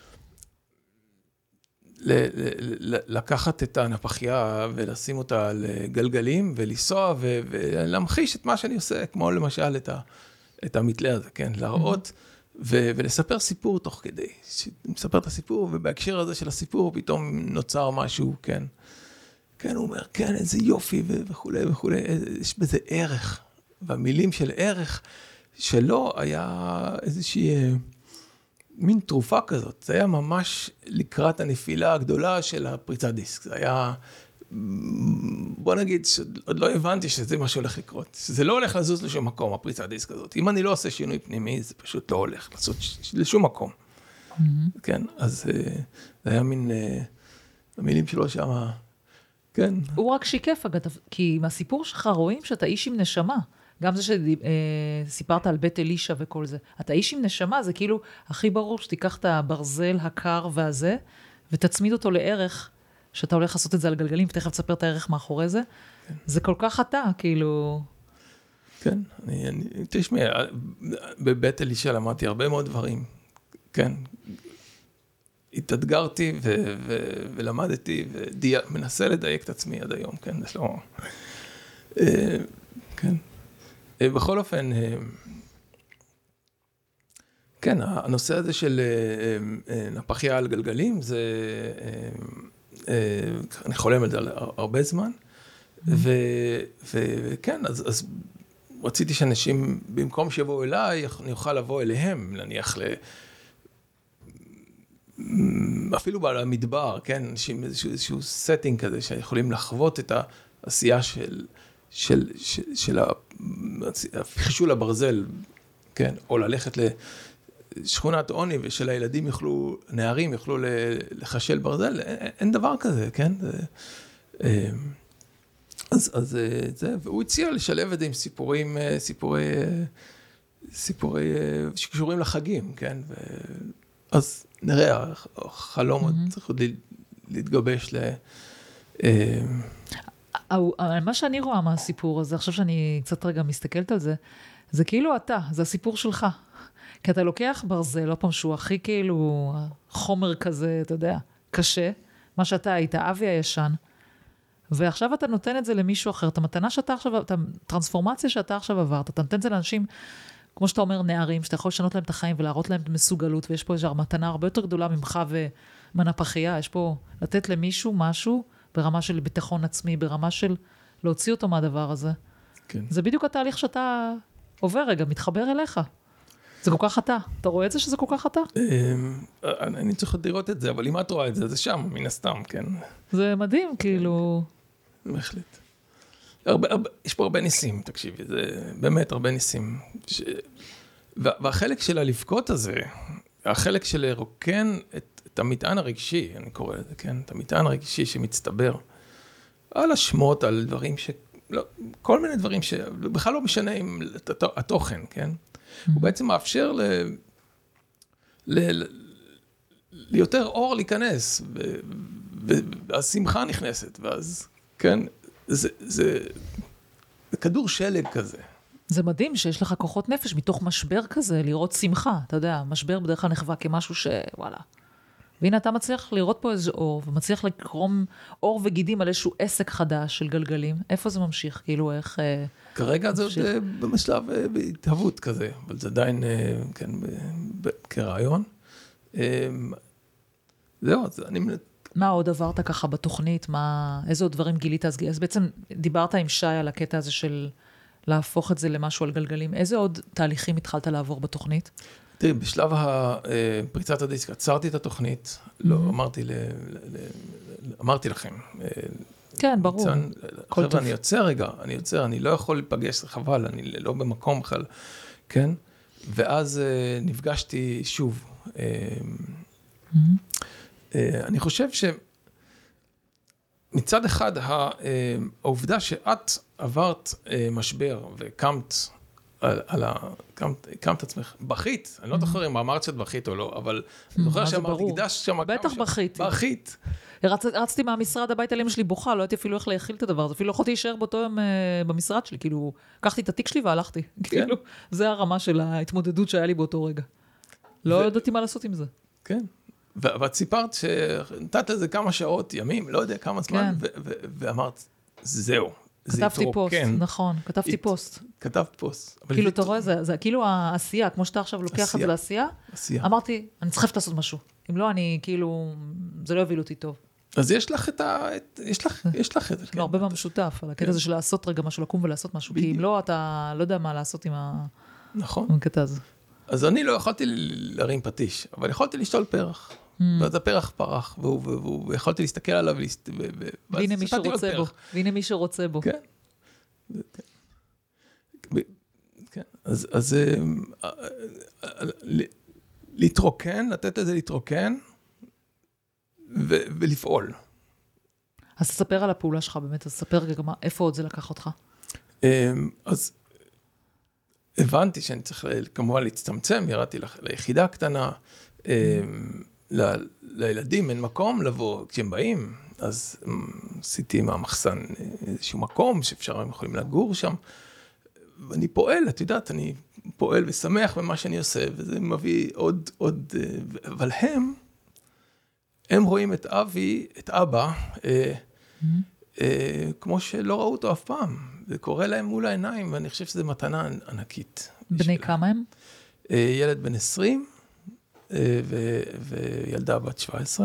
ל... ל... לקחת את הנפחייה ולשים אותה על גלגלים ולנסוע ו... ולהמחיש את מה שאני עושה, כמו למשל את, ה... את המתלה הזה, כן? להראות mm-hmm. ו... ולספר סיפור תוך כדי. מספר את הסיפור, ובהקשר הזה של הסיפור פתאום נוצר משהו, כן? כן, הוא אומר, כן, איזה יופי ו... וכולי וכולי, יש בזה ערך. והמילים של ערך שלו היה איזושהי מין תרופה כזאת. זה היה ממש לקראת הנפילה הגדולה של הפריצת דיסק. זה היה, בוא נגיד, עוד לא הבנתי שזה מה שהולך לקרות. שזה לא הולך לזוז לשום מקום, הפריצת דיסק הזאת. אם אני לא עושה שינוי פנימי, זה פשוט לא הולך לעשות לשום מקום. Mm-hmm. כן, אז זה היה מין, המילים שלו שם, כן. הוא רק שיקף, אגב, כי מהסיפור שלך רואים שאתה איש עם נשמה. גם זה שסיפרת על בית אלישע וכל זה. אתה איש עם נשמה, זה כאילו הכי ברור שתיקח את הברזל, הקר והזה, ותצמיד אותו לערך, שאתה הולך לעשות את זה על גלגלים, ותכף תספר את הערך מאחורי זה. כן. זה כל כך אתה, כאילו... כן, אני, אני, תשמע, בבית אלישע למדתי הרבה מאוד דברים. כן, התאתגרתי ו, ו, ולמדתי, ומנסה לדייק את עצמי עד היום, כן, זה לא... כן. בכל אופן, כן, הנושא הזה של נפחייה על גלגלים, זה, אני חולם על זה הרבה זמן, וכן, אז, אז רציתי שאנשים, במקום שיבואו אליי, אני אוכל לבוא אליהם, נניח ל... אפילו במדבר, כן, אנשים איזשהו, איזשהו setting כזה, שיכולים לחוות את העשייה של... של, של, של החישול הברזל, כן, או ללכת לשכונת עוני, ושל הילדים יוכלו, נערים יוכלו לחשל ברזל, אין, אין דבר כזה, כן? אז, אז זה, והוא הציע לשלב את זה עם סיפורים, סיפורי, סיפורי שקשורים לחגים, כן? אז נראה, החלום עוד צריך עוד להתגבש ל... מה שאני רואה מהסיפור הזה, עכשיו שאני קצת רגע מסתכלת על זה, זה כאילו אתה, זה הסיפור שלך. כי אתה לוקח ברזל, לא פעם שהוא הכי כאילו חומר כזה, אתה יודע, קשה, מה שאתה היית, אבי הישן, ועכשיו אתה נותן את זה למישהו אחר, את המתנה שאתה עכשיו, את הטרנספורמציה שאתה עכשיו עברת, אתה נותן את זה לאנשים, כמו שאתה אומר, נערים, שאתה יכול לשנות להם את החיים ולהראות להם את מסוגלות, ויש פה איזו מתנה הרבה יותר גדולה ממך ומנפחייה, יש פה לתת למישהו משהו, ברמה של ביטחון עצמי, ברמה של להוציא אותו מהדבר הזה. כן. זה בדיוק התהליך שאתה עובר רגע, מתחבר אליך. זה כל כך אתה. אתה רואה את זה שזה כל כך אתה? אני צריך לראות את זה, אבל אם את רואה את זה, זה שם, מן הסתם, כן. זה מדהים, כאילו... בהחלט. יש פה הרבה ניסים, תקשיבי, זה באמת הרבה ניסים. והחלק של הלבכות הזה, החלק של לרוקן את את המטען הרגשי, אני קורא לזה, כן? את המטען הרגשי שמצטבר על השמות, על דברים ש... לא, כל מיני דברים שבכלל לא משנה עם התוכן, כן? Mm-hmm. הוא בעצם מאפשר ל... ל... ליותר אור להיכנס, ו... והשמחה נכנסת, ואז, כן? זה, זה... זה כדור שלג כזה. זה מדהים שיש לך כוחות נפש מתוך משבר כזה, לראות שמחה, אתה יודע, משבר בדרך כלל נחווה כמשהו ש... וואלה. והנה אתה מצליח לראות פה איזה אור, ומצליח לקרום אור וגידים על איזשהו עסק חדש של גלגלים. איפה זה ממשיך? כאילו איך... כרגע זה עוד במשלב בהתהוות כזה, אבל זה עדיין, כן, כרעיון. זהו, אז אני... מה עוד עברת ככה בתוכנית? מה, איזה עוד דברים גילית? אז, אז בעצם דיברת עם שי על הקטע הזה של להפוך את זה למשהו על גלגלים. איזה עוד תהליכים התחלת לעבור בתוכנית? תראי, בשלב פריצת הדיסק, עצרתי את התוכנית, לא, אמרתי, אמרתי לכם. כן, ברור. חבר'ה, אני יוצא רגע, אני יוצא, אני לא יכול להיפגש, חבל, אני לא במקום בכלל, כן? ואז נפגשתי שוב. אני חושב שמצד אחד, העובדה שאת עברת אה, משבר וקמת על, על ה... קמת, קמת עצמך, בכית, אני לא זוכר אם אמרת שאת בכית או לא, אבל אני זוכר שאמרתי, הקדש שם... בטח בכיתי. בכית. רצ, רצתי מהמשרד הביתה לאמא שלי בוכה, לא הייתי אפילו איך להכיל את הדבר הזה, אפילו יכולתי להישאר באותו יום uh, במשרד שלי, כאילו, לקחתי את התיק שלי והלכתי. כן. כאילו, זה הרמה של ההתמודדות שהיה לי באותו רגע. לא ו... ידעתי מה לעשות עם זה. כן. ו- ואת סיפרת שנתת לזה כמה שעות, ימים, לא יודע כמה זמן, כן. ו- ו- ואמרת, זהו. כתבתי פוסט, נכון, כתבתי פוסט. כתבת פוסט. כאילו, אתה רואה, זה כאילו העשייה, כמו שאתה עכשיו לוקח את זה לעשייה, אמרתי, אני צריכה לעשות משהו. אם לא, אני כאילו, זה לא יוביל אותי טוב. אז יש לך את ה... יש לך, יש לך את זה. יש לנו הרבה מה משותף, על הקטע הזה של לעשות רגע משהו, לקום ולעשות משהו, כי אם לא, אתה לא יודע מה לעשות עם הקטע הזה. אז אני לא יכולתי להרים פטיש, אבל יכולתי לשתול פרח. ואז הפרח פרח, ויכולתי להסתכל עליו, והנה מי שרוצה בו, והנה מי שרוצה בו. כן. כן. אז להתרוקן, לתת לזה להתרוקן, ולפעול. אז תספר על הפעולה שלך באמת, אז תספר רגע איפה עוד זה לקח אותך. אז הבנתי שאני צריך כמובן להצטמצם, ירדתי ליחידה הקטנה, לילדים אין מקום לבוא, כשהם באים, אז עשיתי מהמחסן איזשהו מקום שאפשר, הם יכולים לגור שם, ואני פועל, את יודעת, אני פועל ושמח במה שאני עושה, וזה מביא עוד, עוד, אבל הם, הם רואים את אבי, את אבא, אה, אה, כמו שלא ראו אותו אף פעם, זה קורה להם מול העיניים, ואני חושב שזו מתנה ענקית. בני כמה הם? אה, ילד בן עשרים, ו- וילדה בת שבע עשרה.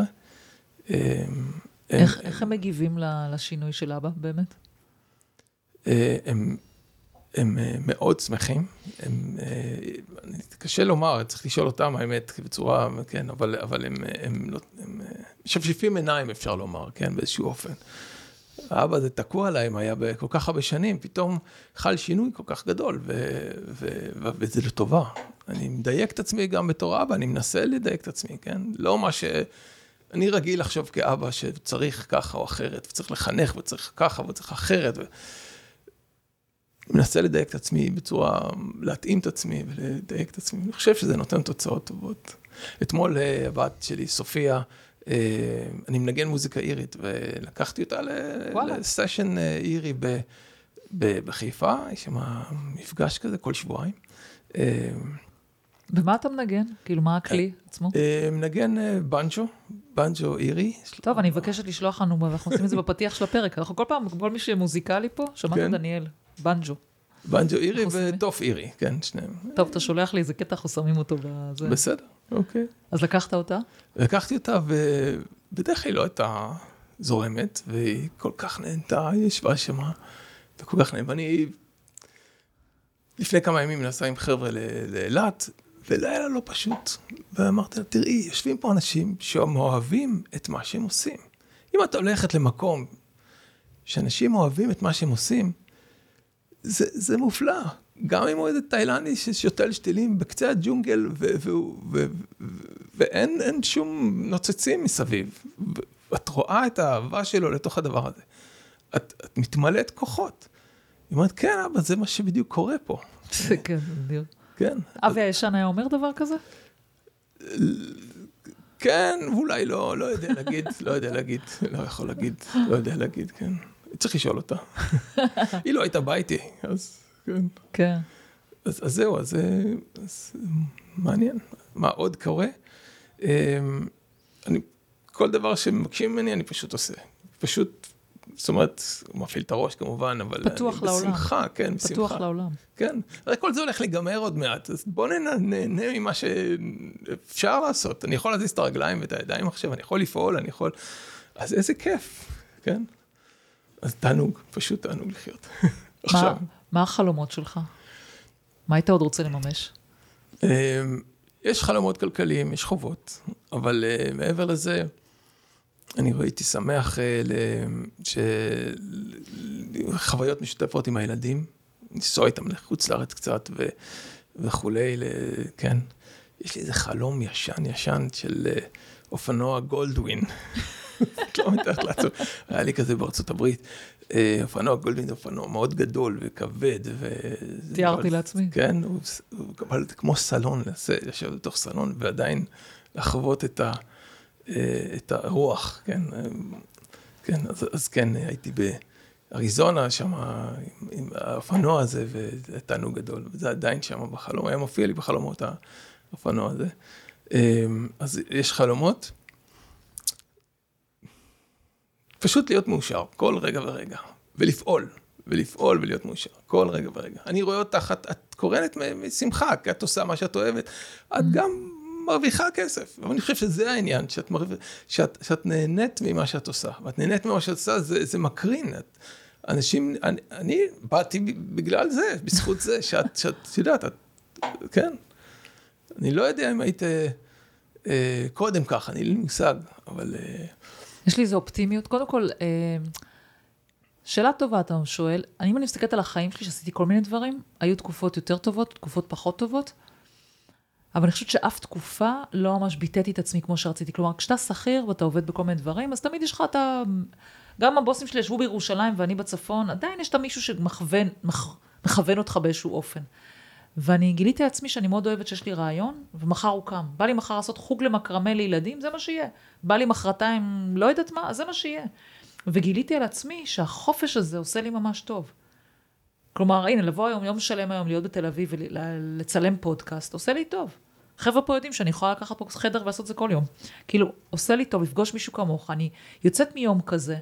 איך, איך הם מגיבים לשינוי של אבא, באמת? הם, הם מאוד שמחים. הם, אני קשה לומר, צריך לשאול אותם, האמת, בצורה, כן, אבל, אבל הם, הם, הם שפשפים עיניים, אפשר לומר, כן, באיזשהו אופן. האבא זה תקוע להם, היה בכל כך הרבה שנים, פתאום חל שינוי כל כך גדול, ו- ו- ו- וזה לטובה. אני מדייק את עצמי גם בתור אבא, אני מנסה לדייק את עצמי, כן? לא מה ש... אני רגיל לחשוב כאבא שצריך ככה או אחרת, וצריך לחנך, וצריך ככה, וצריך אחרת. ו... מנסה לדייק את עצמי בצורה, להתאים את עצמי ולדייק את עצמי. אני חושב שזה נותן תוצאות טובות. אתמול הבת שלי, סופיה, אני מנגן מוזיקה אירית, ולקחתי אותה לסשן אירי בחיפה, יש שם מפגש כזה כל שבועיים. ומה אתה מנגן? כאילו, מה הכלי עצמו? מנגן בנג'ו, בנג'ו אירי. טוב, אני מבקשת לשלוח לנו, ואנחנו עושים את זה בפתיח של הפרק. אנחנו כל פעם, כל מי שמוזיקלי פה, שמעת דניאל, בנג'ו. בנג'ו אירי וטוף אירי, כן, שניהם. טוב, אתה שולח לי איזה קטע, אנחנו שמים אותו בזה. בסדר, אוקיי. אז לקחת אותה? לקחתי אותה, ובדרך כלל לא הייתה זורמת, והיא כל כך נהנתה, היא ישבה שמה, וכל כך נהנתה. ואני לפני כמה ימים נסע עם חבר'ה לאילת, ולילה לא פשוט. ואמרתי לה, תראי, יושבים פה אנשים שאוהבים את מה שהם עושים. אם את הולכת למקום שאנשים אוהבים את מה שהם עושים, זה, זה מופלא. גם אם הוא איזה תאילנדי ששותל שתילים בקצה הג'ונגל, ו- ו- ו- ו- ואין אין שום נוצצים מסביב. ואת רואה את האהבה שלו לתוך הדבר הזה. את, את מתמלאת כוחות. היא אומרת, כן, אבל זה מה שבדיוק קורה פה. זה כן, בדיוק. כן. אבי הישן היה אומר דבר כזה? כן, אולי לא, לא יודע להגיד, לא יודע להגיד, לא יכול להגיד, לא יודע להגיד, כן. צריך לשאול אותה. היא לא הייתה ביתי, אז כן. כן. אז, אז זהו, אז, אז מעניין. מה עוד קורה? אני, כל דבר שמבקשים ממני, אני פשוט עושה. פשוט, זאת אומרת, הוא מפעיל את הראש כמובן, אבל פתוח לעולם. בשמחה, כן, בשמחה. פתוח לעולם. כן, הרי כל זה הולך להיגמר עוד מעט, אז בוא נהנה ממה שאפשר לעשות. אני יכול להזיז את הרגליים ואת הידיים עכשיו, אני יכול לפעול, אני יכול... אז איזה כיף, כן? אז תענוג, פשוט תענוג לחיות. עכשיו. מה החלומות שלך? מה היית עוד רוצה לממש? יש חלומות כלכליים, יש חובות, אבל מעבר לזה, אני הייתי שמח שחוויות משותפות עם הילדים, ניסוע איתם לחוץ לארץ קצת וכולי, כן. יש לי איזה חלום ישן ישן של אופנוע גולדווין. לא מתחת לעצור. היה לי כזה בארצות הברית, אופנוע גולדווין, אופנוע מאוד גדול וכבד. תיארתי לעצמי. כן, הוא קבל כמו סלון, לשבת בתוך סלון, ועדיין לחוות את הרוח, כן. כן, אז כן, הייתי באריזונה, שם עם האופנוע הזה, ותענוג גדול, וזה עדיין שם בחלום, היה מופיע לי בחלומות האופנוע הזה. אז יש חלומות, פשוט להיות מאושר, כל רגע ורגע, ולפעול, ולפעול ולהיות מאושר, כל רגע ורגע. אני רואה אותך, את, את קורנת משמחה, כי את עושה מה שאת אוהבת, את גם מרוויחה כסף, אבל אני חושב שזה העניין, שאת, מרוויח, שאת, שאת נהנית ממה שאת עושה, ואת נהנית ממה שאת עושה, זה, זה מקרין. את, אנשים, אני, אני באתי בגלל זה, בזכות זה, שאת, שאת יודעת, את, כן. אני לא יודע אם היית אה, קודם ככה, אני לא מושג, אבל... אה, יש לי איזו אופטימיות. קודם כל, אה, שאלה טובה, אתה שואל, אני אם אני מסתכלת על החיים שלי, שעשיתי כל מיני דברים, היו תקופות יותר טובות, תקופות פחות טובות, אבל אני חושבת שאף תקופה לא ממש ביטאתי את עצמי כמו שרציתי. כלומר, כשאתה שכיר ואתה עובד בכל מיני דברים, אז תמיד יש לך, אתה... גם הבוסים שלי ישבו בירושלים ואני בצפון, עדיין יש את מישהו שמכוון מח, מכוון אותך באיזשהו אופן. ואני גיליתי לעצמי שאני מאוד אוהבת שיש לי רעיון, ומחר הוא קם. בא לי מחר לעשות חוג למקרמה לילדים, זה מה שיהיה. בא לי מחרתיים, לא יודעת מה, זה מה שיהיה. וגיליתי על עצמי שהחופש הזה עושה לי ממש טוב. כלומר, הנה, לבוא היום, יום שלם היום, להיות בתל אביב ולצלם פודקאסט, עושה לי טוב. חבר'ה פה יודעים שאני יכולה לקחת פה חדר ולעשות זה כל יום. כאילו, עושה לי טוב, לפגוש מישהו כמוך. אני יוצאת מיום כזה,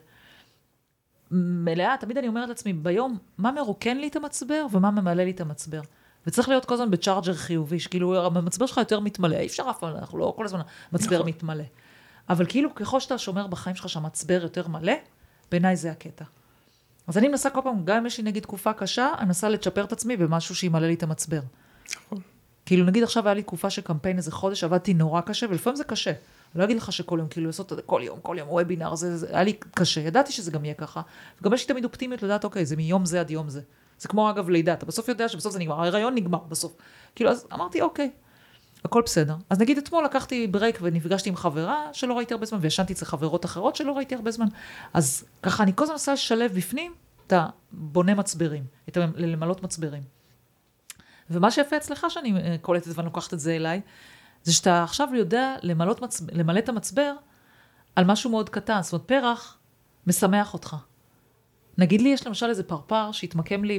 מלאה, תמיד אני אומרת לעצמי, ביום, מה מרוקן לי את המצבר ומה ממלא לי את המצבר. וצריך להיות כל הזמן בצ'ארג'ר חיובי, שכאילו המצבר שלך יותר מתמלא, אי אפשר אף פעם, אנחנו לא כל הזמן מצבר מתמלא. אבל כאילו ככל שאתה שומר בחיים שלך שהמצבר יותר מלא, בעיניי זה הקטע. אז אני מנסה כל פעם, גם אם יש לי נגיד תקופה קשה, אני מנסה לצ'פר את עצמי במשהו שימלא לי את המצבר. כאילו נגיד עכשיו היה לי תקופה של קמפיין איזה חודש, עבדתי נורא קשה, ולפעמים זה קשה. אני לא אגיד לך שכל יום, כאילו לעשות את זה כל יום, כל יום, וובינר, זה, זה, היה לי קשה, ידעתי שזה גם יהיה ככה. וגם יש לי תמיד אופטימיות לדעת, אוקיי, זה מיום זה עד יום זה. זה כמו אגב לידה, אתה בסוף יודע שבסוף זה נגמר, ההיריון נגמר בסוף. כאילו, אז אמרתי, אוקיי, הכל בסדר. אז נגיד אתמול לקחתי ברייק ונפגשתי עם חברה שלא ראיתי הרבה זמן, וישנתי אצל חברות אחרות שלא ראיתי הרבה זמן. אז ככה, אני כל הזמן עושה לשלב בפנים, אתה בונה מצברים, את למלות מצברים. ומה שיפה אצלך שאני קולטת ואני לוקחת את זה אליי, זה שאתה עכשיו יודע למלות מצ... למלא את המצבר על משהו מאוד קטן. זאת אומרת, פרח משמח אותך. נגיד לי, יש למשל איזה פרפר שהתמקם לי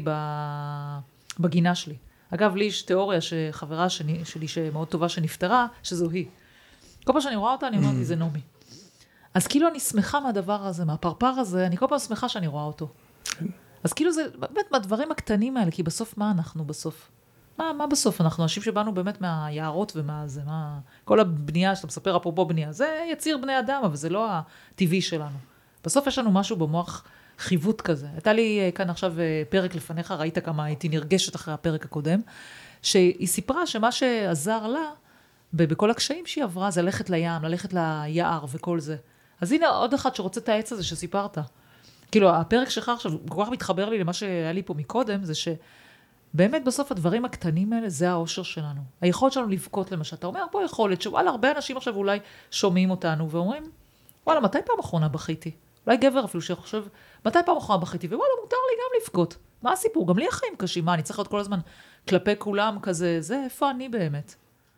בגינה שלי. אגב, לי יש תיאוריה שחברה שלי, שלי שמאוד טובה שנפטרה, שזו היא. כל פעם שאני רואה אותה, אני אומרת לי, זה נומי. אז כאילו אני שמחה מהדבר הזה, מהפרפר הזה, אני כל פעם שמחה שאני רואה אותו. אז כאילו זה באמת מהדברים הקטנים האלה, כי בסוף מה אנחנו בסוף? מה, מה בסוף? אנחנו אנשים שבאנו באמת מהיערות ומה זה, מה... כל הבנייה שאתה מספר אפרופו בנייה, זה יציר בני אדם, אבל זה לא הטבעי שלנו. בסוף יש לנו משהו במוח חיווט כזה. הייתה לי כאן עכשיו פרק לפניך, ראית כמה הייתי נרגשת אחרי הפרק הקודם, שהיא סיפרה שמה שעזר לה, בכל הקשיים שהיא עברה, זה ללכת לים, ללכת ליער וכל זה. אז הנה עוד אחד שרוצה את העץ הזה שסיפרת. כאילו, הפרק שלך עכשיו, כל כך מתחבר לי למה שהיה לי פה מקודם, זה שבאמת בסוף הדברים הקטנים האלה, זה האושר שלנו. היכולת שלנו לבכות למה שאתה אומר, פה יכולת, שוואלה, הרבה אנשים עכשיו אולי שומעים אותנו ואומרים, וואלה, מתי פעם אחרונה בכיתי? אולי גבר אפילו שחושב, מתי פעם אחרונה בכיתי? ווואלה, מותר לי גם לבכות. מה הסיפור? גם לי החיים קשים. מה, אני צריך להיות כל הזמן כלפי כולם כזה, זה, איפה אני באמת?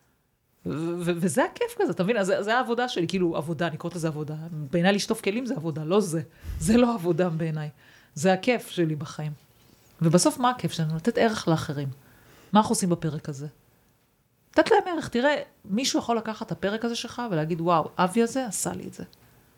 וזה הכיף כזה, אתה מבין? זה העבודה שלי, כאילו עבודה, אני קוראת לזה עבודה. בעיניי לשטוף כלים זה עבודה, לא זה. זה לא עבודה בעיניי. זה הכיף שלי בחיים. ובסוף מה הכיף שלנו? לתת ערך לאחרים. מה אנחנו עושים בפרק הזה? לתת להם ערך. תראה, מישהו יכול לקחת את הפרק הזה שלך ולהגיד, וואו, אבי הזה עשה לי את זה.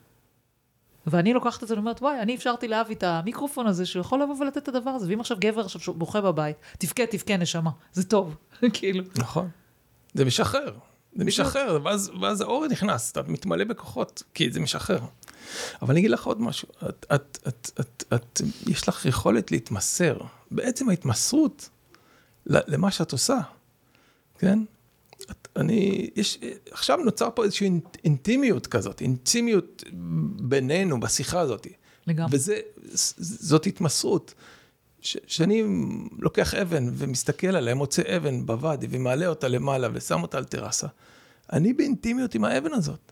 ואני לוקחת את זה ואומרת, וואי, אני אפשרתי לאבי את המיקרופון הזה, שהוא יכול לבוא ולתת את הדבר הזה. ואם עכשיו גבר עכשיו בוכה בבית, תפקד, תפקד, נשמה. זה טוב. כאילו. נכון. זה משחרר. זה משחרר, ואז, ואז האור נכנס, אתה מתמלא בכוחות, כי זה משחרר. אבל אני אגיד לך עוד משהו, את, את, את, את, את, יש לך יכולת להתמסר, בעצם ההתמסרות למה שאת עושה, כן? את, אני, יש, עכשיו נוצר פה איזושהי אינטימיות כזאת, אינטימיות בינינו בשיחה הזאת. לגמרי. וזה, זאת התמסרות. ש, שאני לוקח אבן ומסתכל עליה, מוצא אבן בוואדי ומעלה אותה למעלה ושם אותה על טרסה, אני באינטימיות עם האבן הזאת.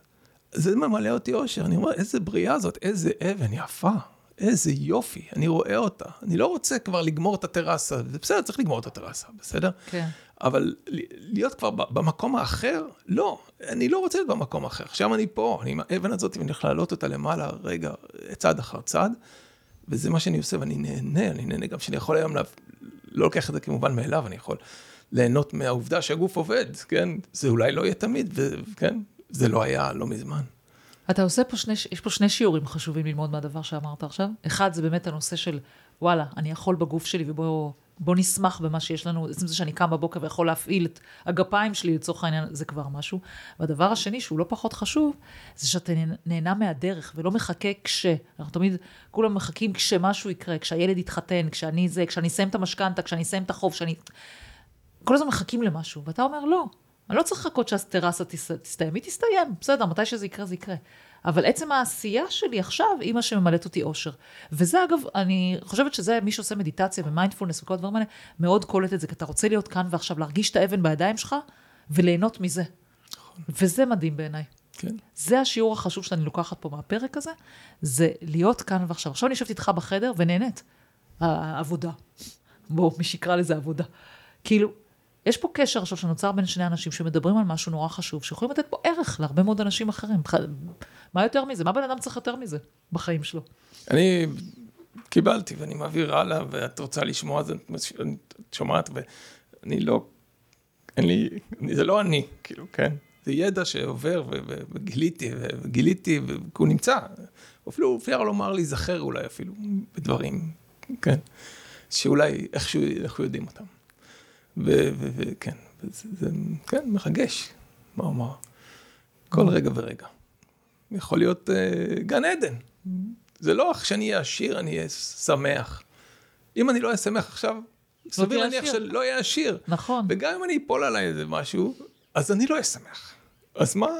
זה ממלא אותי אושר, אני אומר, איזה בריאה זאת, איזה אבן יפה, איזה יופי, אני רואה אותה. אני לא רוצה כבר לגמור את הטרסה, זה בסדר, צריך לגמור את הטרסה, בסדר? כן. אבל להיות כבר במקום האחר, לא, אני לא רוצה להיות במקום האחר. עכשיו אני פה, אני עם האבן הזאת, ואני הולך להעלות אותה למעלה, רגע, צעד אחר צעד, וזה מה שאני עושה, ואני נהנה, אני נהנה גם שאני יכול היום, לא לוקח את זה כמובן מאליו, אני יכול ליהנות מהעובדה שהגוף עובד, כן? זה אולי לא יהיה תמיד, וכן? זה לא היה, לא מזמן. אתה עושה פה שני, יש פה שני שיעורים חשובים ללמוד מהדבר שאמרת עכשיו. אחד, זה באמת הנושא של, וואלה, אני יכול בגוף שלי, ובוא בוא נשמח במה שיש לנו, עצם זה שאני קם בבוקר ויכול להפעיל את הגפיים שלי לצורך העניין, זה כבר משהו. והדבר השני, שהוא לא פחות חשוב, זה שאתה נהנה מהדרך, ולא מחכה כש, אנחנו תמיד, כולם מחכים כשמשהו יקרה, כשהילד יתחתן, כשאני זה, כשאני אסיים את המשכנתה, כשאני אסיים את החוב, כשאני... כל הזמן מחכים למשהו, ואתה אומר, לא, אני לא צריך לחכות שהטרסה תסתיים, היא תסתיים, בסדר, מתי שזה יקרה, זה יקרה. אבל עצם העשייה שלי עכשיו, היא מה שממלאת אותי אושר. וזה אגב, אני חושבת שזה מי שעושה מדיטציה ומיינדפולנס וכל הדברים האלה, מאוד קולט את זה, כי אתה רוצה להיות כאן ועכשיו, להרגיש את האבן בידיים שלך, וליהנות מזה. וזה מדהים בעיניי. כן. זה השיעור החשוב שאני לוקחת פה מהפרק הזה, זה להיות כאן ועכשיו. עכשיו אני יושבת איתך בחדר ונהנית. העבודה. בוא, מי שיקרא לזה עבודה. כאילו, יש פה קשר עכשיו שנוצר בין שני אנשים שמדברים על משהו נורא חשוב, שיכולים לתת פה ערך להרבה מאוד אנשים אחרים. מה יותר מזה? מה בן אדם צריך יותר מזה בחיים שלו? אני קיבלתי ואני מעביר הלאה, ואת רוצה לשמוע, אז את שומעת, ואני לא, אין לי, זה לא אני, כאילו, כן? זה ידע שעובר וגיליתי, וגיליתי, והוא נמצא. אפילו אפשר לומר לי, זכר אולי אפילו בדברים, כן? שאולי איכשהו אנחנו יודעים אותם. וכן, זה כן, מרגש, מה אומר, כל רגע ורגע. יכול להיות גן עדן. זה לא שאני אהיה עשיר, אני אהיה שמח. אם אני לא אהיה שמח עכשיו, סביר להניח שלא אהיה עשיר. נכון. וגם אם אני אפול עליי איזה משהו, אז אני לא אהיה שמח. אז מה?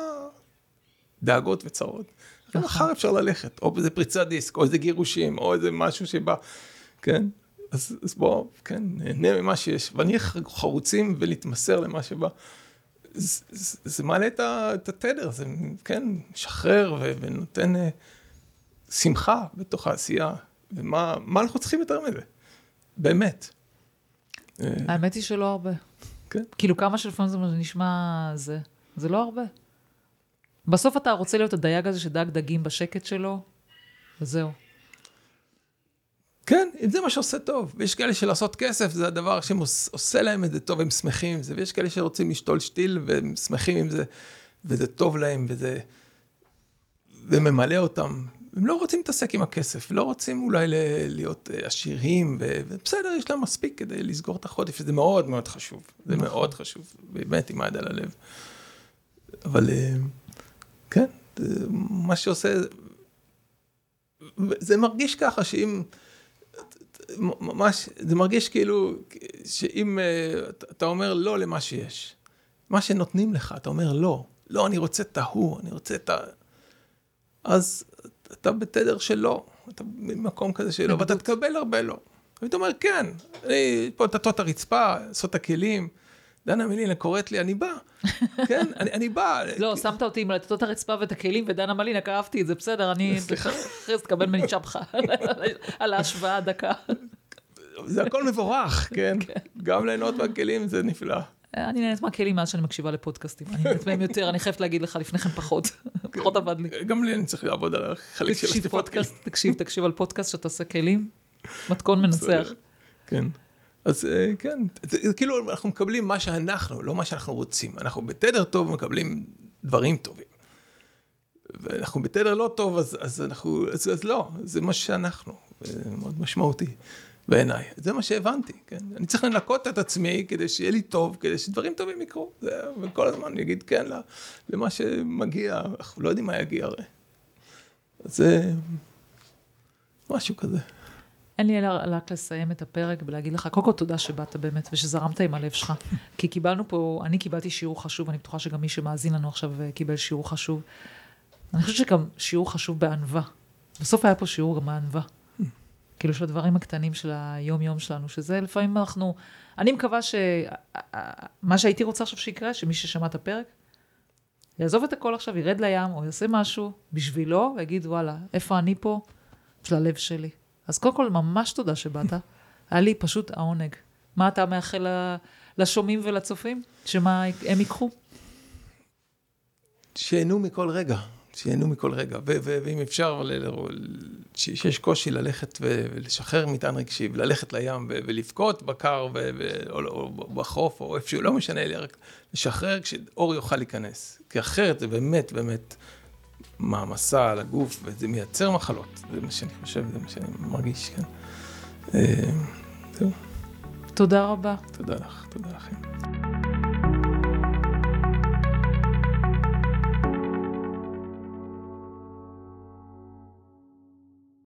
דאגות וצרות. אחר אפשר ללכת, או איזה פריצת דיסק, או איזה גירושים, או איזה משהו שבא, כן? אז, אז בוא, כן, נהנה ממה שיש, ואני חרוצים ולהתמסר למה שבא. זה, זה, זה מעלה את, את התדר, זה, כן, משחרר ו, ונותן uh, שמחה בתוך העשייה, ומה מה אנחנו צריכים יותר מזה? באמת. האמת היא שלא הרבה. כן. כאילו כמה שלפעמים זה נשמע, זה, זה לא הרבה. בסוף אתה רוצה להיות הדייג הזה שדג דגים בשקט שלו, וזהו. כן, אם זה מה שעושה טוב, ויש כאלה שלעשות כסף, זה הדבר שעושה להם את זה טוב, הם שמחים עם זה, ויש כאלה שרוצים לשתול שתיל, והם שמחים עם זה, וזה טוב להם, וזה, וממלא אותם. הם לא רוצים להתעסק עם הכסף, לא רוצים אולי להיות עשירים, ובסדר, יש להם מספיק כדי לסגור את החודש, זה מאוד מאוד חשוב, זה מאוד חשוב, באמת עם היד על הלב. אבל כן, מה שעושה, זה מרגיש ככה שאם, ממש, זה מרגיש כאילו, שאם אתה אומר לא למה שיש, מה שנותנים לך, אתה אומר לא, לא, אני רוצה את ההוא, אני רוצה את ה... אז אתה בתדר שלא, אתה במקום כזה שלא, ואתה תקבל הרבה לא. ואתה אומר, כן, אני פה תתות את הרצפה, לעשות את הכלים, דנה מלינה קוראת לי, אני בא, כן, אני, אני בא. לא, שמת אותי עם לתתות הרצפה ואת הכלים, ודנה מלינה, כאבתי את זה, בסדר, אני אחרי זה תקבל מני צ'פחה, על ההשוואה הדקה. זה הכל מבורך, כן? גם ליהנות מהכלים זה נפלא. אני נהנית מהכלים מאז שאני מקשיבה לפודקאסטים, אני נהנית מהם יותר, אני חייבת להגיד לך לפני כן פחות, פחות עבד לי. גם לי אני צריך לעבוד על החלק של השטיפות כלים. תקשיב, תקשיב על פודקאסט שאתה עושה כלים, מתכון מנצח. כן. אז כן, זה כאילו אנחנו מקבלים מה שאנחנו, לא מה שאנחנו רוצים. אנחנו בתדר טוב מקבלים דברים טובים. ואנחנו בתדר לא טוב, אז, אז אנחנו, אז, אז לא, זה מה שאנחנו, זה מאוד משמעותי בעיניי. זה מה שהבנתי, כן? אני צריך לנקות את עצמי כדי שיהיה לי טוב, כדי שדברים טובים יקרו. זה, וכל הזמן אני אגיד כן למה שמגיע, אנחנו לא יודעים מה יגיע הרי. אז זה משהו כזה. אין לי אלא רק לסיים את הפרק ולהגיד לך, קודם כל תודה שבאת באמת ושזרמת עם הלב שלך. כי קיבלנו פה, אני קיבלתי שיעור חשוב, אני בטוחה שגם מי שמאזין לנו עכשיו קיבל שיעור חשוב. אני חושבת שגם שיעור חשוב בענווה. בסוף היה פה שיעור גם בענווה. כאילו של הדברים הקטנים של היום יום שלנו, שזה לפעמים אנחנו, אני מקווה שמה שהייתי רוצה עכשיו שיקרה, שמי ששמע את הפרק, יעזוב את הכל עכשיו, ירד לים, או יעשה משהו בשבילו, ויגיד, וואלה, איפה אני פה? של הלב שלי. אז קודם כל, ממש תודה שבאת. היה לי פשוט העונג. מה אתה מאחל לשומעים ולצופים? שמה הם ייקחו? שיהנו מכל רגע. שיהנו מכל רגע. ו- ו- ואם אפשר, שיש קושי ללכת ולשחרר מטען רגשי, וללכת לים ו- ולבכות בקר ו- ו- או, או בחוף, או איפשהו, לא משנה לי, רק לשחרר כשאור יוכל להיכנס. כי אחרת זה באמת, באמת מעמסה על הגוף, וזה מייצר מחלות. זה מה שאני חושב, זה מה שאני מרגיש, כן. זהו. תודה רבה. תודה לך, תודה לכם.